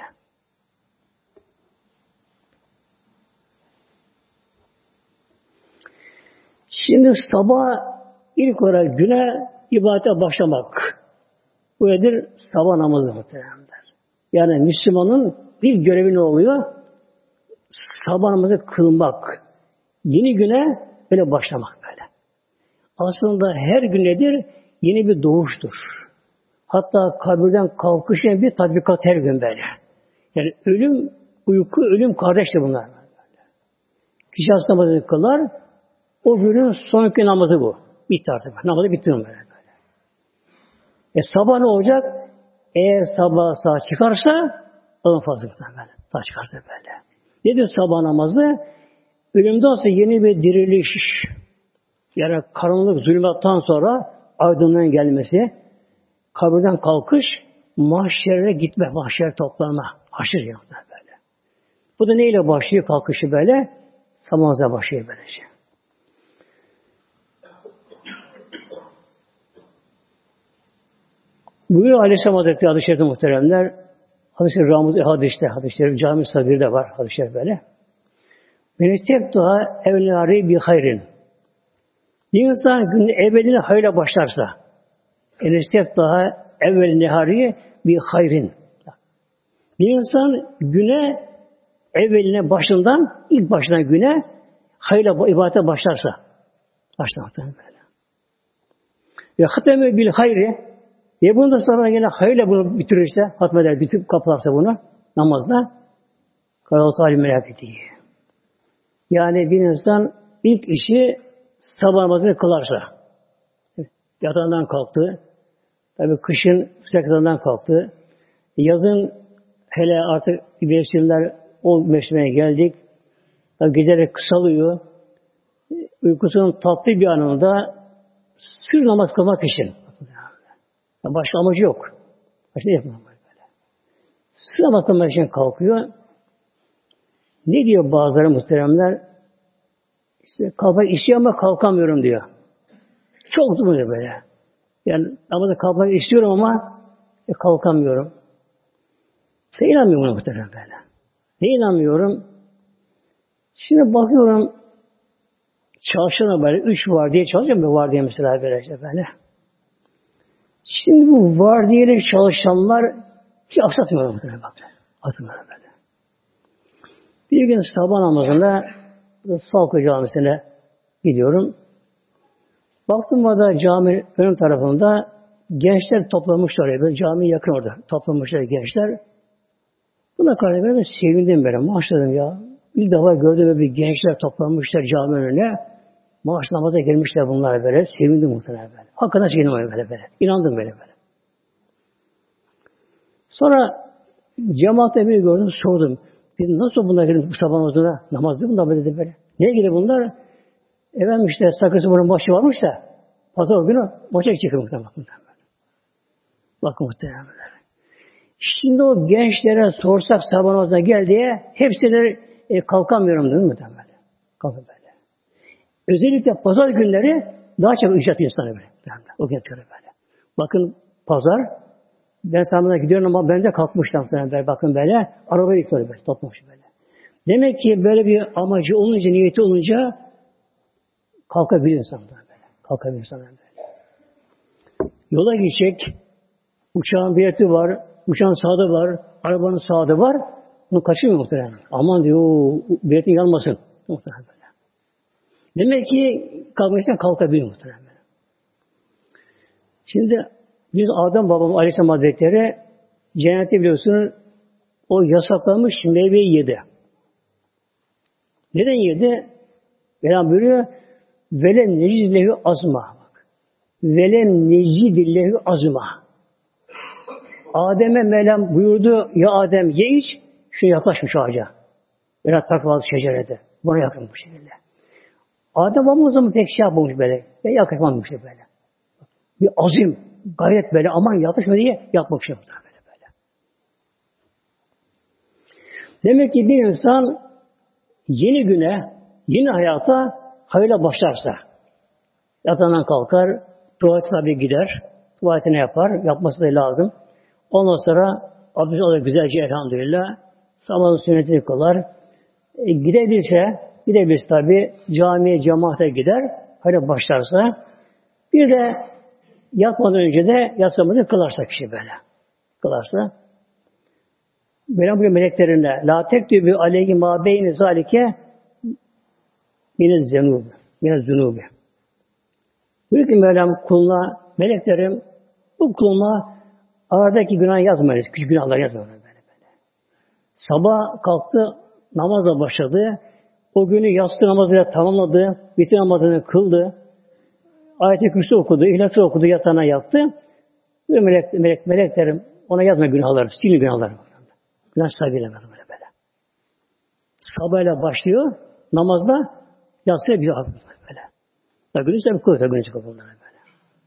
Şimdi sabah ilk olarak güne ibadete başlamak. Bu nedir? Sabah namazı muhtemelen. Yani Müslümanın bir görevi ne oluyor? Sabah namazı kılmak. Yeni güne böyle başlamak böyle. Aslında her gün nedir? Yeni bir doğuştur. Hatta kabirden kalkışın bir tatbikat her gün böyle. Yani ölüm, uyku, ölüm kardeştir bunlar. Kişi hasta namazını kılar, o günün sonraki namazı bu. Bitti artık. Namazı bitti böyle. böyle. E sabah ne olacak? Eğer sabah saat çıkarsa onun fazla böyle. Saat çıkarsa böyle. Nedir sabah namazı? Ölümden sonra yeni bir diriliş. Yani karanlık zulümattan sonra aydınlığın gelmesi, kabirden kalkış, mahşere gitme, mahşer toplanma. Haşır yaptı böyle. Bu da neyle başlıyor kalkışı böyle? Sabah'a başlıyor böylece. Bugün Aleyhisselam Hazretleri hadis-i şerifte muhteremler, hadis-i Ramuz hadis-i hadis-i Cami Sagir'de var hadis-i şerif böyle. Menistep dua evlâri bi hayrin. Bir insan günün evveline hayırla başlarsa, menistep daha evvel nehari bi hayrin. Bir insan güne evveline başından, ilk başından güne hayırla ibadete başlarsa, başlamaktan böyle. Ve hateme bil hayri, ve bunu da sonra yine hayırla bunu bitirirse, hatmeder, bitip kaplarsa bunu namazda, kâlâtu alim melâketi. Yani bir insan ilk işi sabah namazını kılarsa, yatağından kalktı, tabi kışın sıcaklarından kalktı, yazın hele artık mevsimler o mevsime geldik, tabi geceleri kısalıyor, uykusunun tatlı bir anında sır namaz kılmak için. Yani başka amacı yok. Başka yapmıyor böyle. Sır namaz kılmak için kalkıyor. Ne diyor bazıları muhteremler? İşte kalkmak istiyor ama kalkamıyorum diyor. Çok durmuyor böyle. Yani namaza kalkmak istiyorum ama e, kalkamıyorum. Ne inanmıyorum buna muhterem böyle. Ne inanmıyorum? Şimdi bakıyorum çalışana böyle üç var diye çalışıyorum ben var diye mesela böyle işte böyle. Şimdi bu var diye çalışanlar hiç aksatmıyor muhterem bak. Aksatmıyor böyle. Bir gün sabah namazında Salkı Camisi'ne gidiyorum. Baktım orada cami ön tarafında gençler toplamışlar oraya. Böyle cami yakın orada. Toplamışlar gençler. Buna karşı ben sevindim böyle. Maşallah ya. İlk defa gördüğüm bir gençler toplanmışlar cami önüne. Maaş namaza gelmişler bunlar böyle. Sevindim muhtemelen böyle. Hakikaten sevindim böyle böyle. İnandım böyle böyle. Sonra cemaatte biri gördüm, sordum. Dedim nasıl bunlar gelin bu sabah namazına? Namaz değil mi bunlar dedi böyle. Neye gidiyor bunlar? Efendim işte Sakırsaburun başı varmış da pazar günü maça çıkıyor muhtemelen. Bakın muhtemelen. Şimdi o gençlere sorsak sabah namazına gel diye hepsine e, kalkamıyorum değil mi muhtemelen? Kalkın böyle. Özellikle pazar günleri daha çok ücret insanı böyle. O getiriyor böyle. Bakın pazar ben samına gidiyorum ama ben de kalkmıştım sana böyle. Bakın böyle arabayı yıkıyor böyle. Toplamış böyle. Demek ki böyle bir amacı olunca, niyeti olunca kalkabiliyor insan böyle. Kalkabiliyor insan böyle. Yola gidecek, uçağın bileti var, uçağın sağda var, arabanın sağda var. Bunu kaçırmıyor muhtemelen. Aman diyor, biletin yanmasın. Muhtemelen böyle. Demek ki kalkmıştan kalkabiliyor muhtemelen. Şimdi biz Adem babam Aleyhisselam Hazretleri cennette biliyorsunuz o yasaklamış meyveyi yedi. Neden yedi? Mevlam buyuruyor velem necidlehu azma. Velem necidlehu azma. Adem'e Mevlam buyurdu ya Adem ye iç şuna yaklaşmış ağaca. Böyle takvalı şecerede. Buna yakınmış şekilde. Adem babam o zaman pek şey yapmamış böyle. Ya yaklaşmamış böyle. Bir azim, gayret böyle aman yaklaşma diye yapmak şey böyle böyle. Demek ki bir insan yeni güne, yeni hayata hayırla başlarsa yatağından kalkar, tuvalete tabi gider, tuvaletine yapar, yapması da lazım. Ondan sonra abdest alır güzelce elhamdülillah, sabahın sünnetini kılar. E, gidebilirse, gidebilirse tabi camiye, cemaate gider, hayırla başlarsa. Bir de yatmadan önce de yatsamadan kılarsa kişi böyle. Kılarsa. Mevlam buyuruyor meleklerine la tektübü aleyhi ma beyni zalike minez zenubi. Minez zunubi. Buyuruyor ki Mevlam kuluna, meleklerim bu kuluma aradaki günah yazmayın. Küçük günahlar yazmayın. Böyle, böyle. Sabah kalktı, namazla başladı. O günü yatsı namazıyla tamamladı. Bitir namazını kıldı. Ayet-i Kürsi okudu, İhlas'ı okudu, yatağına yattı. Böyle melek, melek, meleklerim ona yazma günahları, silin günahları. Günah sahibi bilemez böyle böyle. Sabahıyla başlıyor, namazda yatsıya güzel hafif böyle. Da günü sahibi kuvvete günü çıkıyor bunlara böyle.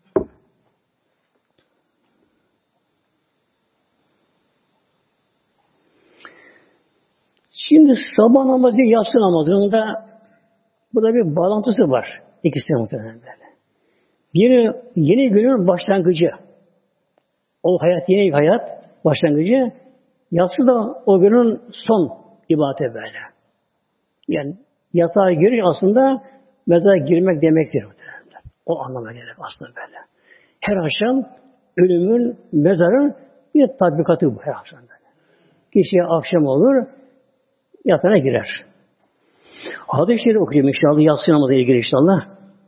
Şimdi sabah namazı, yatsı namazında burada bir bağlantısı var. İkisine muhtemelen böyle. Biri yeni günün başlangıcı. O hayat yeni bir hayat başlangıcı. Yatsı da o günün son ibadeti böyle. Yani yatağa giriş aslında mezara girmek demektir. O anlama gelir aslında böyle. Her akşam ölümün, mezarın bir tatbikatı bu her akşam böyle. Kişiye akşam olur, yatağına girer. Hadis-i Şerif okuyayım inşallah. Yatsı namazına ilgili inşallah.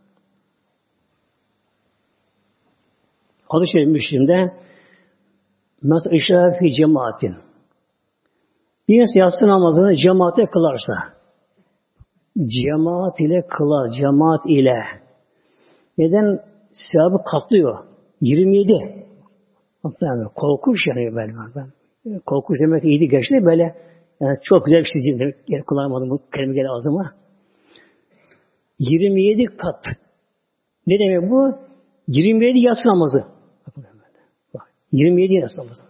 Hadis-i Şerif Müslim'de Mes işâ fî cemaatin. Bir insan yatsı namazını cemaate kılarsa, cemaat ile kılar, cemaat ile. Neden? Sevabı katlıyor. yirmi yedi. Yani korkunç yani böyle. Korkunç demek iyiydi geçti böyle. Yani çok güzel bir şey diyeyim. Geri kullanamadım bu kelime geri ağzıma. yirmi yedi kat. Ne demek bu? yirmi yedi yatsı namazı. Bak, yirmi yedi yatsı namazı.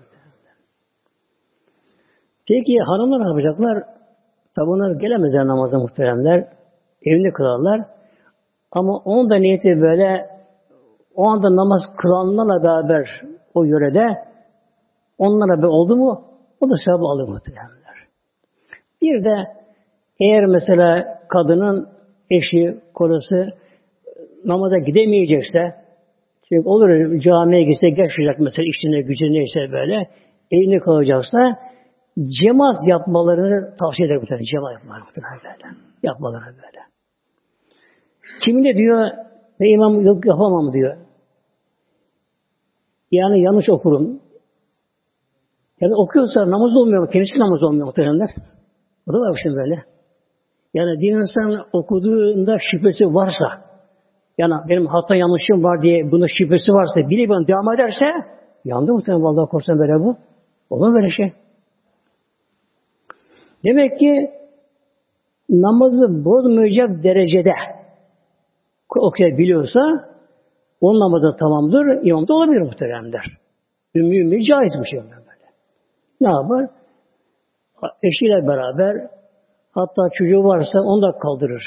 Peki hanımlar ne yapacaklar? Tabi onlar gelemezler namaza muhteremler. Evinde kılarlar. Ama onun da niyeti böyle o anda namaz kılanlarla beraber o yörede onlara bir oldu mu o da sevabı alır muhteremler. Bir de eğer mesela kadının eşi, kocası namaza gidemeyecekse çünkü olur camiye gitse geçecek mesela işine gücü neyse böyle evinde kalacaksa cemaat yapmalarını tavsiye ederim muhtemelen. Cemaat yapmaları muhtemelen böyle. Yapmaları böyle. Kimine diyor Ve imam yok yapamam diyor. Yani yanlış okurum. Yani okuyorsa namaz olmuyor mu? Kendisi namaz olmuyor muhtemelenler. O da var şimdi böyle. Yani din insan okuduğunda şüphesi varsa, yani benim hatta yanlışım var diye bunda şüphesi varsa, bile bana devam ederse, yandı muhtemelen vallahi korsan böyle bu. Olur mu böyle şey? Demek ki namazı bozmayacak derecede okuyabiliyorsa onun namazı tamamdır, imam da olabilir muhtemelen der. Ümmü ümmü caiz bir şey böyle. Ne yapar? Eşiyle beraber, hatta çocuğu varsa onu da kaldırır.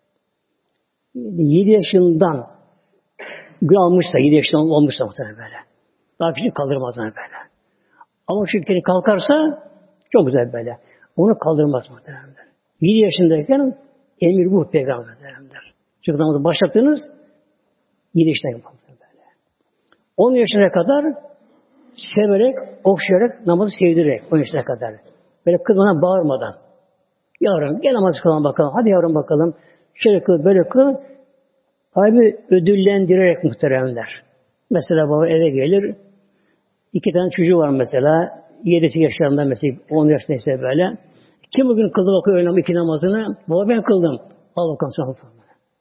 Yedi yaşından gün almışsa, yedi yaşından olmuşsa muhtemelen böyle. Daha küçük kaldırmaz böyle. Ama çünkü kalkarsa çok güzel böyle. Onu kaldırmaz muhtemelen. Yedi yaşındayken emir bu peygamber der. Çünkü namazı başlattınız yedi yaşına yapalım böyle. On yaşına kadar severek, okşayarak, namazı sevdirerek on yaşına kadar. Böyle kızına bağırmadan. Yavrum gel namaz kılalım bakalım. Hadi yavrum bakalım. Şöyle kıl, böyle kıl. Tabi ödüllendirerek muhteremler. Mesela baba eve gelir. İki tane çocuğu var mesela. Yedisi yaşlarında mesela. On yaşındaysa böyle. Kim bugün kıldı bakıyor öğlen iki namazını? Baba ben kıldım. Al bakalım sana falan.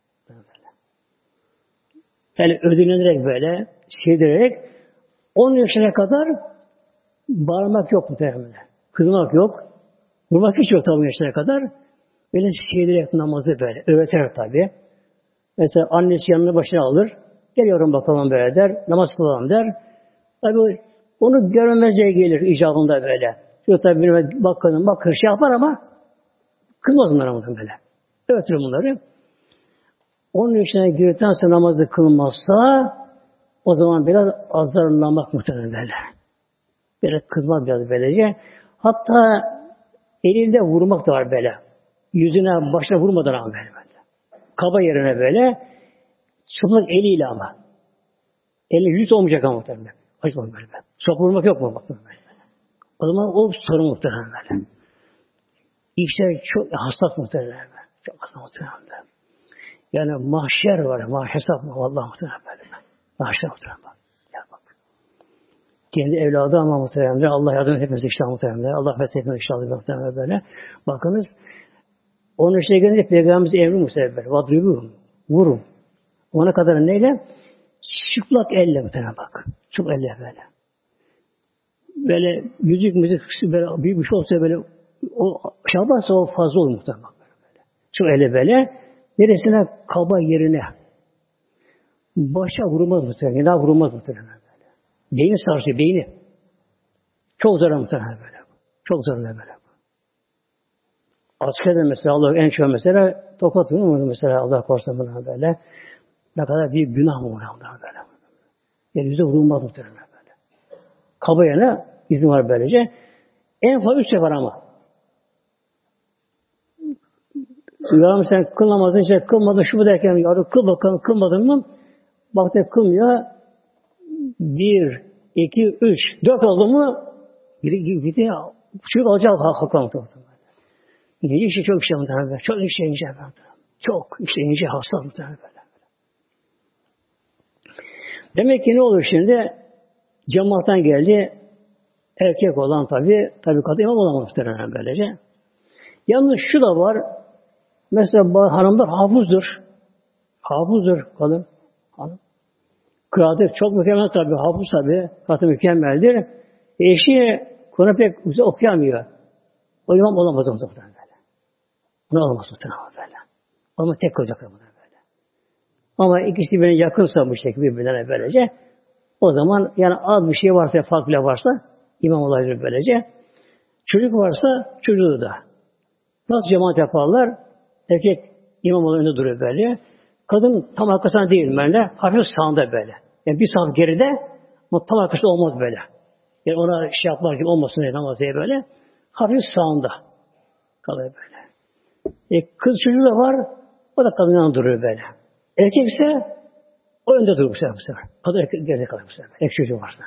Yani ödüllendirerek böyle, sevdirerek on yaşına kadar bağırmak yok muhteremler. Kızmak yok. Vurmak hiç yok tabi yaşına kadar. Böyle sevdirerek namazı böyle. Öğreterek tabi. Mesela annesi yanına başına alır. Geliyorum bakalım böyle der. Namaz kılalım der. Tabi onu görmezce gelir icabında böyle. Şöyle tabi bir bakalım bakır şey yapar ama kızmaz bunlara bundan böyle. Öğretir bunları. on yaşına girdikten sonra namazı kılmazsa o zaman biraz azarlanmak muhtemelen böyle. Böyle kızmak biraz böylece. Hatta elinde vurmak da var böyle. Yüzüne, başına vurmadan ama böyle. böyle. Kaba yerine böyle. Çıplak eliyle ama. Eli yüz olmayacak ama muhtemelen. Acı böyle böyle. Sok vurmak yok mu? Bakın böyle. O zaman o sorun muhtemelen böyle. İşte çok hassas muhtemelen. Çok hassas muhtemelen. Yani mahşer var. Mahşer hesap var. Vallahi muhtemelen böyle. Mahşer muhtemelen bak. Ya bak. Kendi evladı ama muhtemelen. Allah yardım et hepimize işte muhtemelen. Allah fesih hepimize inşallah muhtemelen böyle. Bakınız. Onun içine gelince Peygamberimiz emri muhtemelen böyle. Vadribuhum. Vurun. Ona kadar neyle? Çıplak elle muhtemelen bak. Çıplak elle böyle. Böyle müzik müzik böyle büyük bir şey olsa böyle o şabansa o fazla olur muhtemelen bak böyle. Çıplak elle böyle. Neresine? Kaba yerine. Başa vurulmaz muhtemelen. Daha vurulmaz muhtemelen böyle. Beyni sarsıyor, beyni. Çok zarar muhtemelen böyle. Çok zarar böyle. Askerde mesela Allah en çok mesela tokat vurur mu mesela Allah korusun buna böyle. Ne kadar büyük günah mı var böyle. Yani yüzde vurulmaz muhtemelen böyle. Kaba yerine izin var böylece. En fazla üç sefer ama. Yavrum sen kılmadın, işte kılmadın, şu bu derken yavrum kıl bakalım, kılmadın mı? Baktı kılmıyor. Bir, iki, üç, dört oldu mu? Biri gitti ya. Çocuk alacak halkla. Yine işi çok işe muhtemelen. Çok işe ince. Çok işe ince hasta muhtemelen böyle. Demek ki ne olur şimdi? Cemaattan geldi. Erkek olan tabi, tabi kadın imam olan muhtemelen böylece. Yalnız şu da var. Mesela hanımlar hafızdır. Hafızdır kadın. Hanım. Kıraatı çok mükemmel tabi. Hafız tabi. Kadın mükemmeldir. Eşi Kur'an pek güzel okuyamıyor. O imam olamaz muhtemelen böyle. Ne olamaz muhtemelen böyle. Ama tek olacak böyle. Ama ikisi birbirine yakınsa bu şekilde birbirine böylece. O zaman yani az bir şey varsa, farklı varsa imam olabilir böylece. Çocuk varsa çocuğu da. Nasıl cemaat yaparlar? Erkek imam olan önünde duruyor böyle. Kadın tam arkasında değil böyle. Hafif sağında böyle. Yani bir sağ geride ama tam arkasında olmaz böyle. Yani ona şey yapmak gibi olmasın diye namaz diye böyle. Hafif sağında kalıyor böyle. E, kız çocuğu da var. O da kadın yanında duruyor böyle. Erkek ise o önde durur bu sefer. Bu sefer. Kadın erkek geride kalır bu sefer. Erkek çocuğu varsa.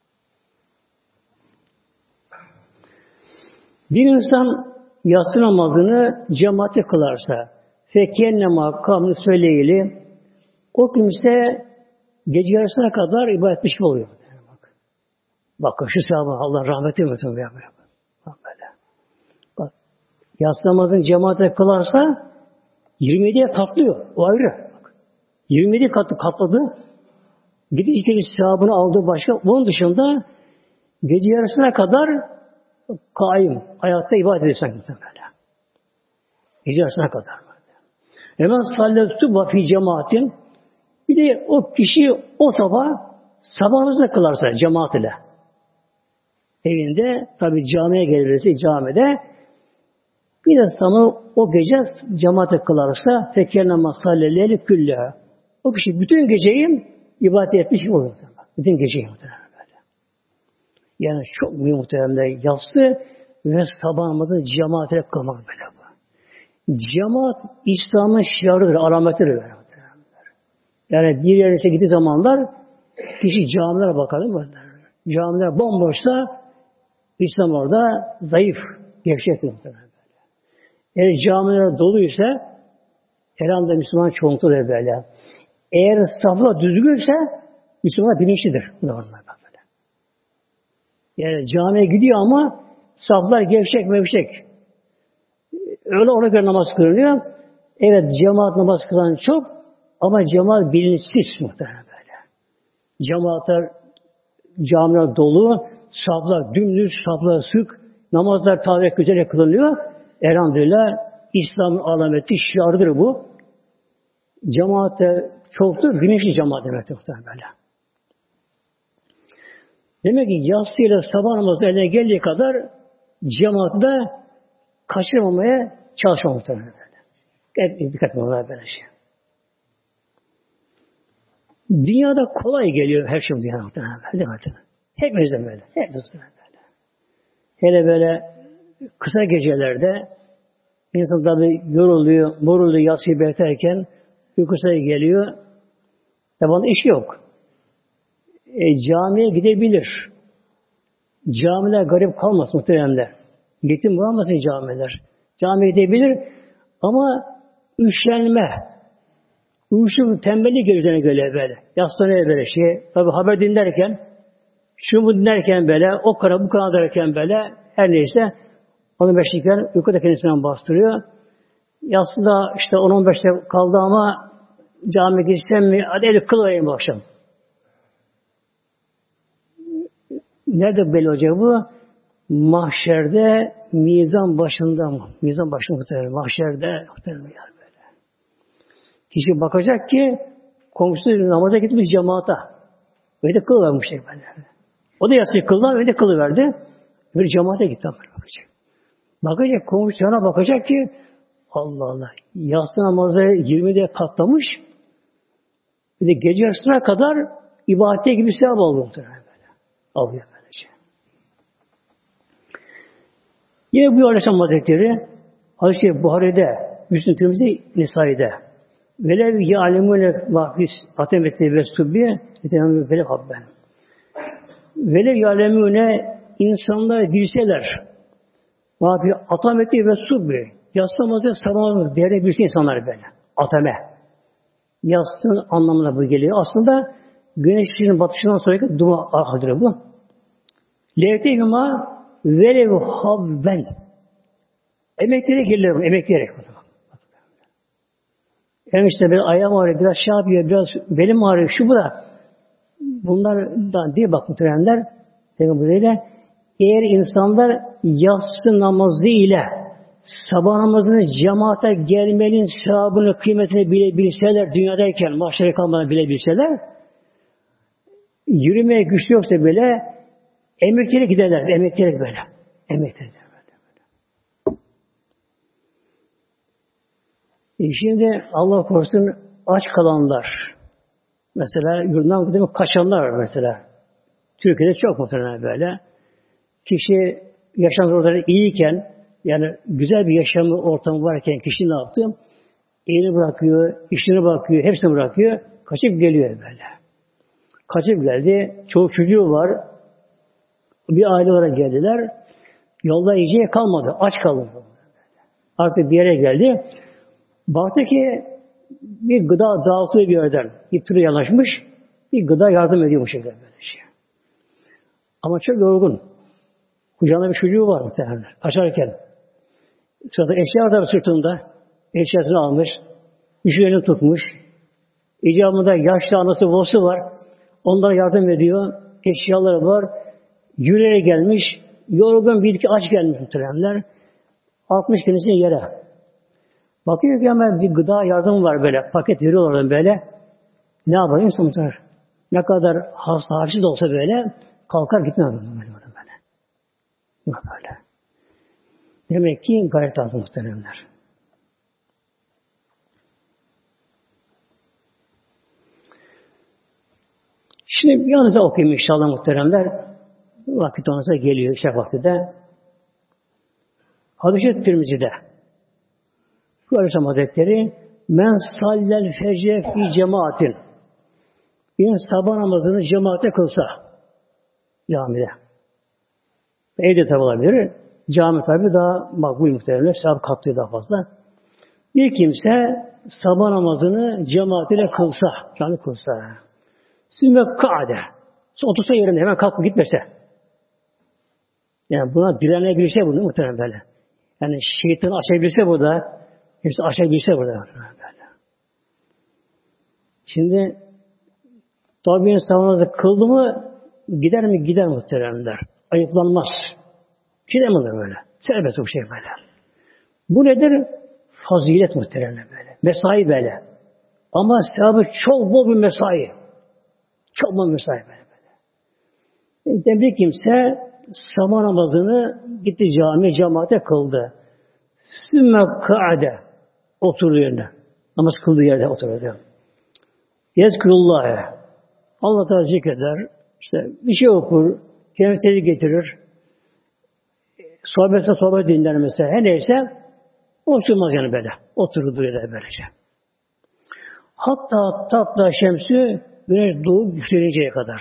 Bir insan yatsı namazını cemaate kılarsa fekennema kamını söyleyeli O kimse gece yarısına kadar ibadet etmiş gibi oluyor. Bak. Bakın şu sevabı Allah rahmet eylesin. Bak böyle. Bak. Yatsı namazını cemaate kılarsa yirmi yediye katlıyor. O ayrı. Bak. yirmi yedi katı katladı. Gidiş geliş sevabını aldığı başka. Onun dışında gece yarısına kadar kaim, ayakta ibadet ediyorsan böyle. Gece yarısına kadar. Hemen salletu vafi cemaatin. Bir de o kişi o sabah sabahınızda kılarsa cemaat ile. Evinde tabi camiye gelirse camide bir de sana o gece cemaate kılarsa feker namaz salleleyli külle. O kişi bütün geceyi ibadet etmiş olur. Bütün geceyi muhtemelen böyle. Yani çok mühim muhtemelen yatsı ve sabah namazı cemaate kılmak böyle bu. Cemaat İslam'ın şiarıdır, alametidir böyle. Yani bir yere gittiği zamanlar kişi camilere bakar değil mi? Camiler bomboşsa İslam orada zayıf, gevşektir muhtemelen böyle. Eğer camiler doluysa herhalde Müslüman çoğunlukla böyle. Eğer saflar düzgünse Müslüman bilinçlidir. Bu da var böyle. Yani camiye gidiyor ama saflar gevşek mevşek. Öyle ona göre namaz kılınıyor. Evet cemaat namaz kılan çok ama cemaat bilinçsiz muhtemelen böyle. Cemaatler camiler dolu, saflar dümdüz, saflar sık, namazlar tavek üzere kılınıyor. Elhamdülillah İslam'ın alameti, şiarıdır bu. Cemaatte çoktur, bilinçli cemaat demektir muhtemelen böyle. Demek ki yatsıyla sabah namazı eline geldiği kadar cemaati de kaçırmamaya çalışma muhtemelen böyle. Hep dikkat etmemeye böyle şey. Dünyada kolay geliyor her şey dünyada muhtemelen böyle. Hepimizden böyle. Hepimizden böyle. Hele böyle kısa gecelerde insan tabi yoruluyor, moruluyor, yatsıyı beklerken uykusu geliyor. Tabi iş yok. E, camiye gidebilir. Camiler garip kalmasın muhtemelen. Yetim bulamasın camiler. Camiye gidebilir ama üşenme, uyuşuk tembellik gözüne göre böyle. Yaslanıyor böyle şey. Tabi haber dinlerken, şunu bu dinlerken böyle, o kadar bu kadar derken böyle, her neyse on beş dakika uykuda kendisinden bastırıyor. Yatsıda işte on on beş dakika kaldı ama camiye gitsem mi? Hadi eli kılayım bu akşam. Nerede belli olacak bu? Mahşerde mizan başında mı? Mizan başında muhtemelen. Mahşerde muhtemelen yani böyle. Kişi bakacak ki komşusu namaza gitmiş cemaata. Öyle kılıvermiş şey böyle. O da yatsıyı kıldı, öyle kılıverdi. Böyle cemaate gitti. Bakacak. Bakacak, komşusu yana bakacak ki Allah Allah. Yatsı namazı yirmide katlamış. Bir de gece yarısına kadar ibadete gibi sevap aldı muhtemelen böyle. Alıyor böylece. Yine bu Aleyhisselam Hazretleri Hazreti Buhari'de, Müslim Tirmizi Nisai'de velev ya'lemune mahfis atemeti ve subbi etemü velev habben. Velev ya'lemune insanlar bilseler mahfi atemeti ve subbi yaslamazı sabahı değerli bilse insanlar böyle. Ateme. Yatsın anlamına bu geliyor. Aslında güneşin batışından sonraki duma ahadır bu. Levtehuma velev habben. Emekleyerek geliyor. Emekleyerek. Yani işte bir ayağım ağrıyor, biraz şey yapıyor, biraz belim ağrıyor, şu bu da. Bunlardan diye bak muhtemelenler. Böyle eğer insanlar yatsı namazı ile sabah namazını cemaate gelmenin sevabını, kıymetini bilebilseler, dünyadayken mahşere kalmadan bilebilseler, yürümeye güçlü yoksa bile emekleyerek giderler, emekleyerek böyle. Emekleyerek böyle. E şimdi Allah korusun aç kalanlar, mesela yurttan gidip kaçanlar var mesela. Türkiye'de çok muhtemelen böyle. Kişi yaşam zorları iyiyken, yani güzel bir yaşam ortamı varken kişi ne yaptı? Evini bırakıyor, işini bırakıyor, hepsini bırakıyor, kaçıp geliyor böyle. Kaçıp geldi, çoğu çocuğu var, bir aile olarak geldiler, yolda yiyeceği kalmadı, aç kaldı. Artık bir yere geldi, baktı ki bir gıda dağıtıyor bir yerden. Bir türlü yanaşmış. Bir gıda yardım ediyor bu şekilde böyle şey. Ama çok yorgun. Kucağında bir çocuğu var muhtemelen. Kaçarken. Sırada eşya da sırtında. Eşyasını almış. Üçülerini tutmuş. İcabında yaşlı anası babası var. Onlara yardım ediyor. Eşyaları var. Yürüyerek gelmiş. Yorgun bir iki aç gelmiş muhtemelenler. Altmış kendisini yere. Bakıyor ki hemen bir gıda yardımı var böyle. Paket veriyorlar böyle. Ne yapar insan muhtemelen? Ne kadar hasta harcı da olsa böyle kalkar gitmez böyle. böyle. böyle. Demek ki gayret lazım muhtemelenler. Şimdi yalnız okuyayım inşallah muhteremler. Vakit onunsa geliyor işe vakti de. Hadis-i Tirmizi'de şu Aleyhisselam Hazretleri men sallel fece fi cemaatin bir sabah namazını cemaate kılsa camide. Evde tabi olabilir. Cami tabi daha makbul muhteremler. Sevap katlığı daha fazla. Bir kimse sabah namazını cemaatiyle kılsa, cami kılsa sümme ka'de. Otursa yerinde hemen kalkıp gitmese. Yani buna direnebilse bunu muhtemelen böyle. Yani şeytanı aşabilse burada, hepsi aşabilse burada muhtemelen böyle. Şimdi tabi insan namazı kıldı mı gider mi? Gider muhtemelenler. Ayıplanmaz. Gidemez böyle. Serbest bir şey böyle. Bu nedir? Fazilet muhtemelen böyle. Mesai böyle. Ama sevabı çok bol bir mesai. Çok bol bir mesai böyle. böyle. Demek kimse sabah namazını gitti cami, cemaate kıldı. Sümme ka'de oturdu yerine. Namaz kıldığı yerde oturdu. Yezkurullah'e Allah Teala zikreder. İşte bir şey okur, kelimesi getirir. Sohbetse sohbet dinler mesela. Her neyse oturmaz yani böyle. Oturur duruyor böylece. Hatta tatla şemsü güneş doğup yükselinceye kadar.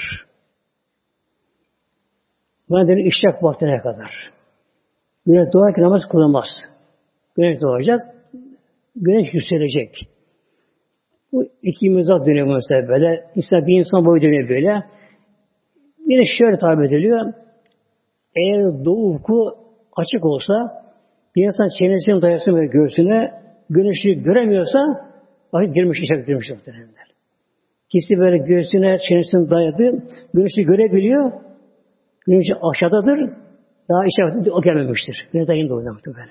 Ben dedim işrak vaktine kadar. Güneş doğarken namaz kılamaz. Güneş doğacak, güneş yükselecek. Bu iki mizah dönüyor mesela böyle. İnsan bir insan boyu dönüyor böyle. Bir de şöyle tabir ediliyor. Eğer doğu ufku açık olsa, bir insan çenesini dayasın ve göğsüne güneşi göremiyorsa, vakit girmiş, işe girmiş muhtemelenler. Kişi böyle göğsüne, çenesini dayadı, güneşi görebiliyor, güneşi aşağıdadır, daha işe o gelmemiştir. Güneş dayın doğuyor muhtemelen.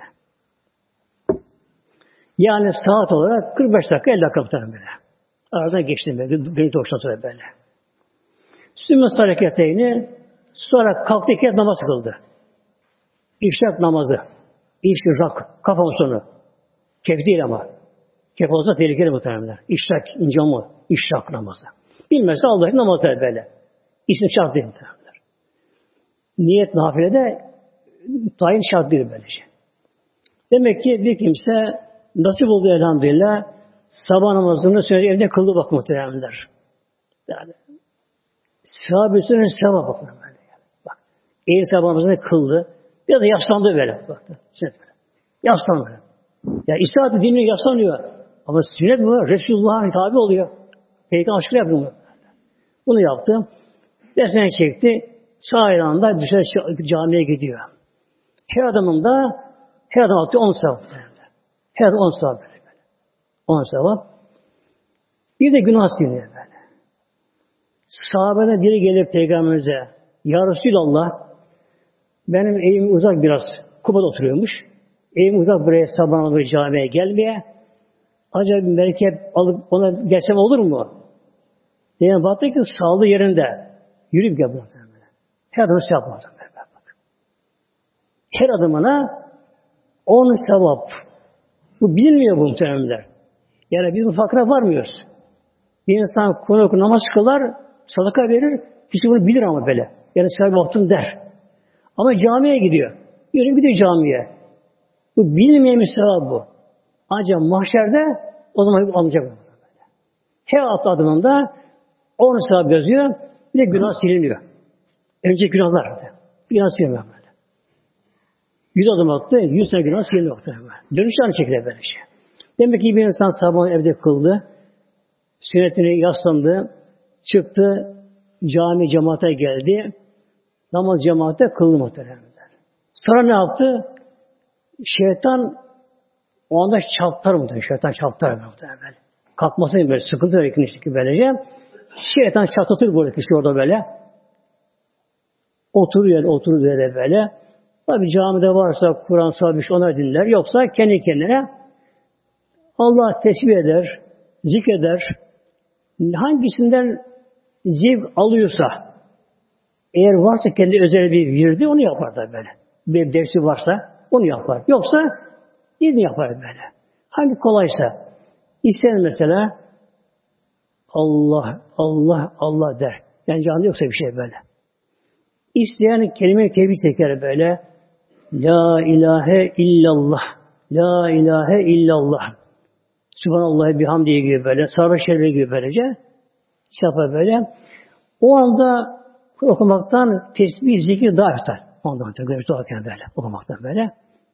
Yani saat olarak kırk beş dakika, elli dakika muhtemelen böyle. Aradan geçtim böyle, güneş doğuştan sonra böyle. Sümme hareketlerini sonra kalktı iki kez namaz kıldı. İşrak namazı. İşrak. Kafam sonu. Kef değil ama. Kef olsa tehlikeli muhtemelen. İşrak, incamı. İşrak namazı. Bilmezse Allah'ın namazı böyle. İsim şart değil muhtemelen. Niyet nafilede tayin şart değil böylece. Demek ki bir kimse nasip oldu elhamdülillah sabah namazını söyledi evde kıldı bak muhtemelenler. Yani sahabe üstüne sevap bakın böyle. Bak. Eğer sabah namazını kıldı ya da yaslandı böyle. Baktı. Yaslandı böyle. Ya İsa'da dinliyor, yaslanıyor. Ama sünnet bu. Resulullah'a tabi oluyor. Peygamber aşkı yapıyor bunu. Bunu yaptı. Besmele çekti. Sağ ayağında dışarı camiye gidiyor. Her adamında her adam attı on sevap. Her adam on sevap böyle. On sevap. Bir de günah siliniyor böyle. Sahabeden biri gelip Peygamberimize Ya Resulallah benim evim uzak biraz. Kuba'da oturuyormuş. Evim uzak buraya sabah namazı camiye gelmeye. Acaba bir merkep alıp ona gelsem olur mu? Diye baktı ki sağlığı yerinde. Yürüyüp gel buna. Her adımı şey yapmaz. Her adımına on sevap. Bu bilinmiyor bu muhtemelenler. Yani biz bu fakra varmıyoruz. Bir insan konu okur, namaz kılar, sadaka verir, kişi bunu bilir ama böyle. Yani sahibi baktım der. Ama camiye gidiyor. Yürüyüp gidiyor camiye. Bu bilmeyen bir sevap bu. Ancak mahşerde o zaman alınacak. Her atlı adımında on sevap yazıyor, bir de günah siliniyor. Önce günahlar. Günah siliniyor böyle. Yüz adım attı, yüz tane günah siliniyor. Dönüşte aynı şekilde böyle şey. Demek ki bir insan sabah evde kıldı. Sünnetini yaslandı. Çıktı. Cami cemaate geldi. Namaz cemaate kıldı muhtemelen. Sonra ne yaptı? Şeytan o anda çarptar muhtemelen. Şeytan çarptar muhtemelen. Kalkmasın böyle sıkıntı var ikinci böylece. Şeytan çatlatır böyle kişi orada böyle. Oturuyor, oturur böyle böyle. Tabi camide varsa Kur'an sahibi ona dinler. Yoksa kendi kendine Allah tesbih eder, zikreder. Hangisinden zevk alıyorsa, eğer varsa kendi özel bir virdi onu yapar da böyle. Bir dersi varsa onu yapar. Yoksa yine yapar böyle. Hangi kolaysa. İster mesela Allah, Allah, Allah der. Yani canlı yoksa bir şey böyle. İsteyen kelime-i tevhid çeker böyle. La ilahe illallah. La ilahe illallah. Subhanallah bihamdihi gibi böyle. Sarı şerri gibi böylece. Yapar böyle. O anda okumaktan tesbih, zikir daha artar. Ondan sonra görüntü okurken böyle. Okumaktan böyle.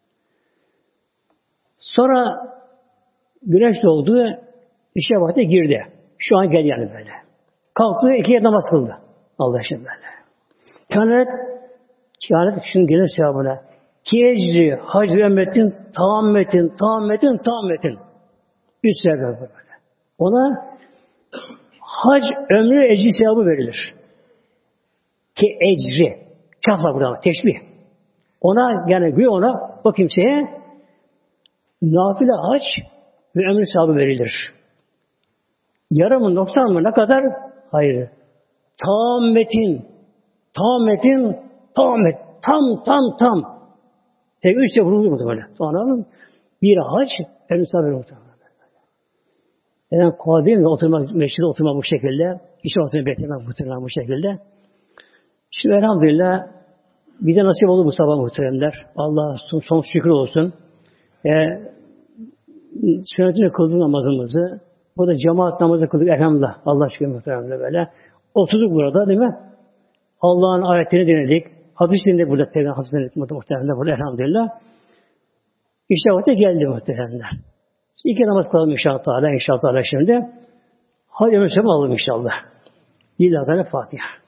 Sonra güneş doğdu. İşe vakti girdi. Şu an geldi yani böyle. Kalktı, ikiye namaz kıldı. Allah için böyle. Kânet, kânet şimdi gelir sevabına. Ki ecri, hac ve ümmetin, taammetin, taammetin, taammetin. Üç sevabı böyle. Ona hac, ömrü, ecri sevabı verilir. Ki ecri. Kafla burada, teşbih. Ona, yani güya ona, o kimseye nafile hac ve ömrü sevabı verilir. Yarım mı, noksan mı, ne kadar? Hayır. Taammetin, taammetin, taammet, tam, tam, tam. Tek üç de vurulur mu böyle? Sonra bir hac, ömrü sevabı verilir. Yani kolay değil mi? Oturmak, meşhur oturmak bu şekilde. Hiç oturmak, beklemek muhtemelen bu şekilde. Şimdi elhamdülillah bize nasip oldu bu sabah muhteremler. Allah son şükür olsun. E, sünnetini kıldık namazımızı. Bu da cemaat namazı kıldık elhamdülillah. Allah şükür muhteremler böyle. Oturduk burada değil mi? Allah'ın ayetlerini dinledik. Hadis dinledik burada. Peygamber hadis dinledik muhteremler burada elhamdülillah. İşte vakti geldi muhteremler. İki namaz kılalım inşallah. İnşallah şimdi. Hadi ömür alalım inşallah. Lillahi Teala Fatiha.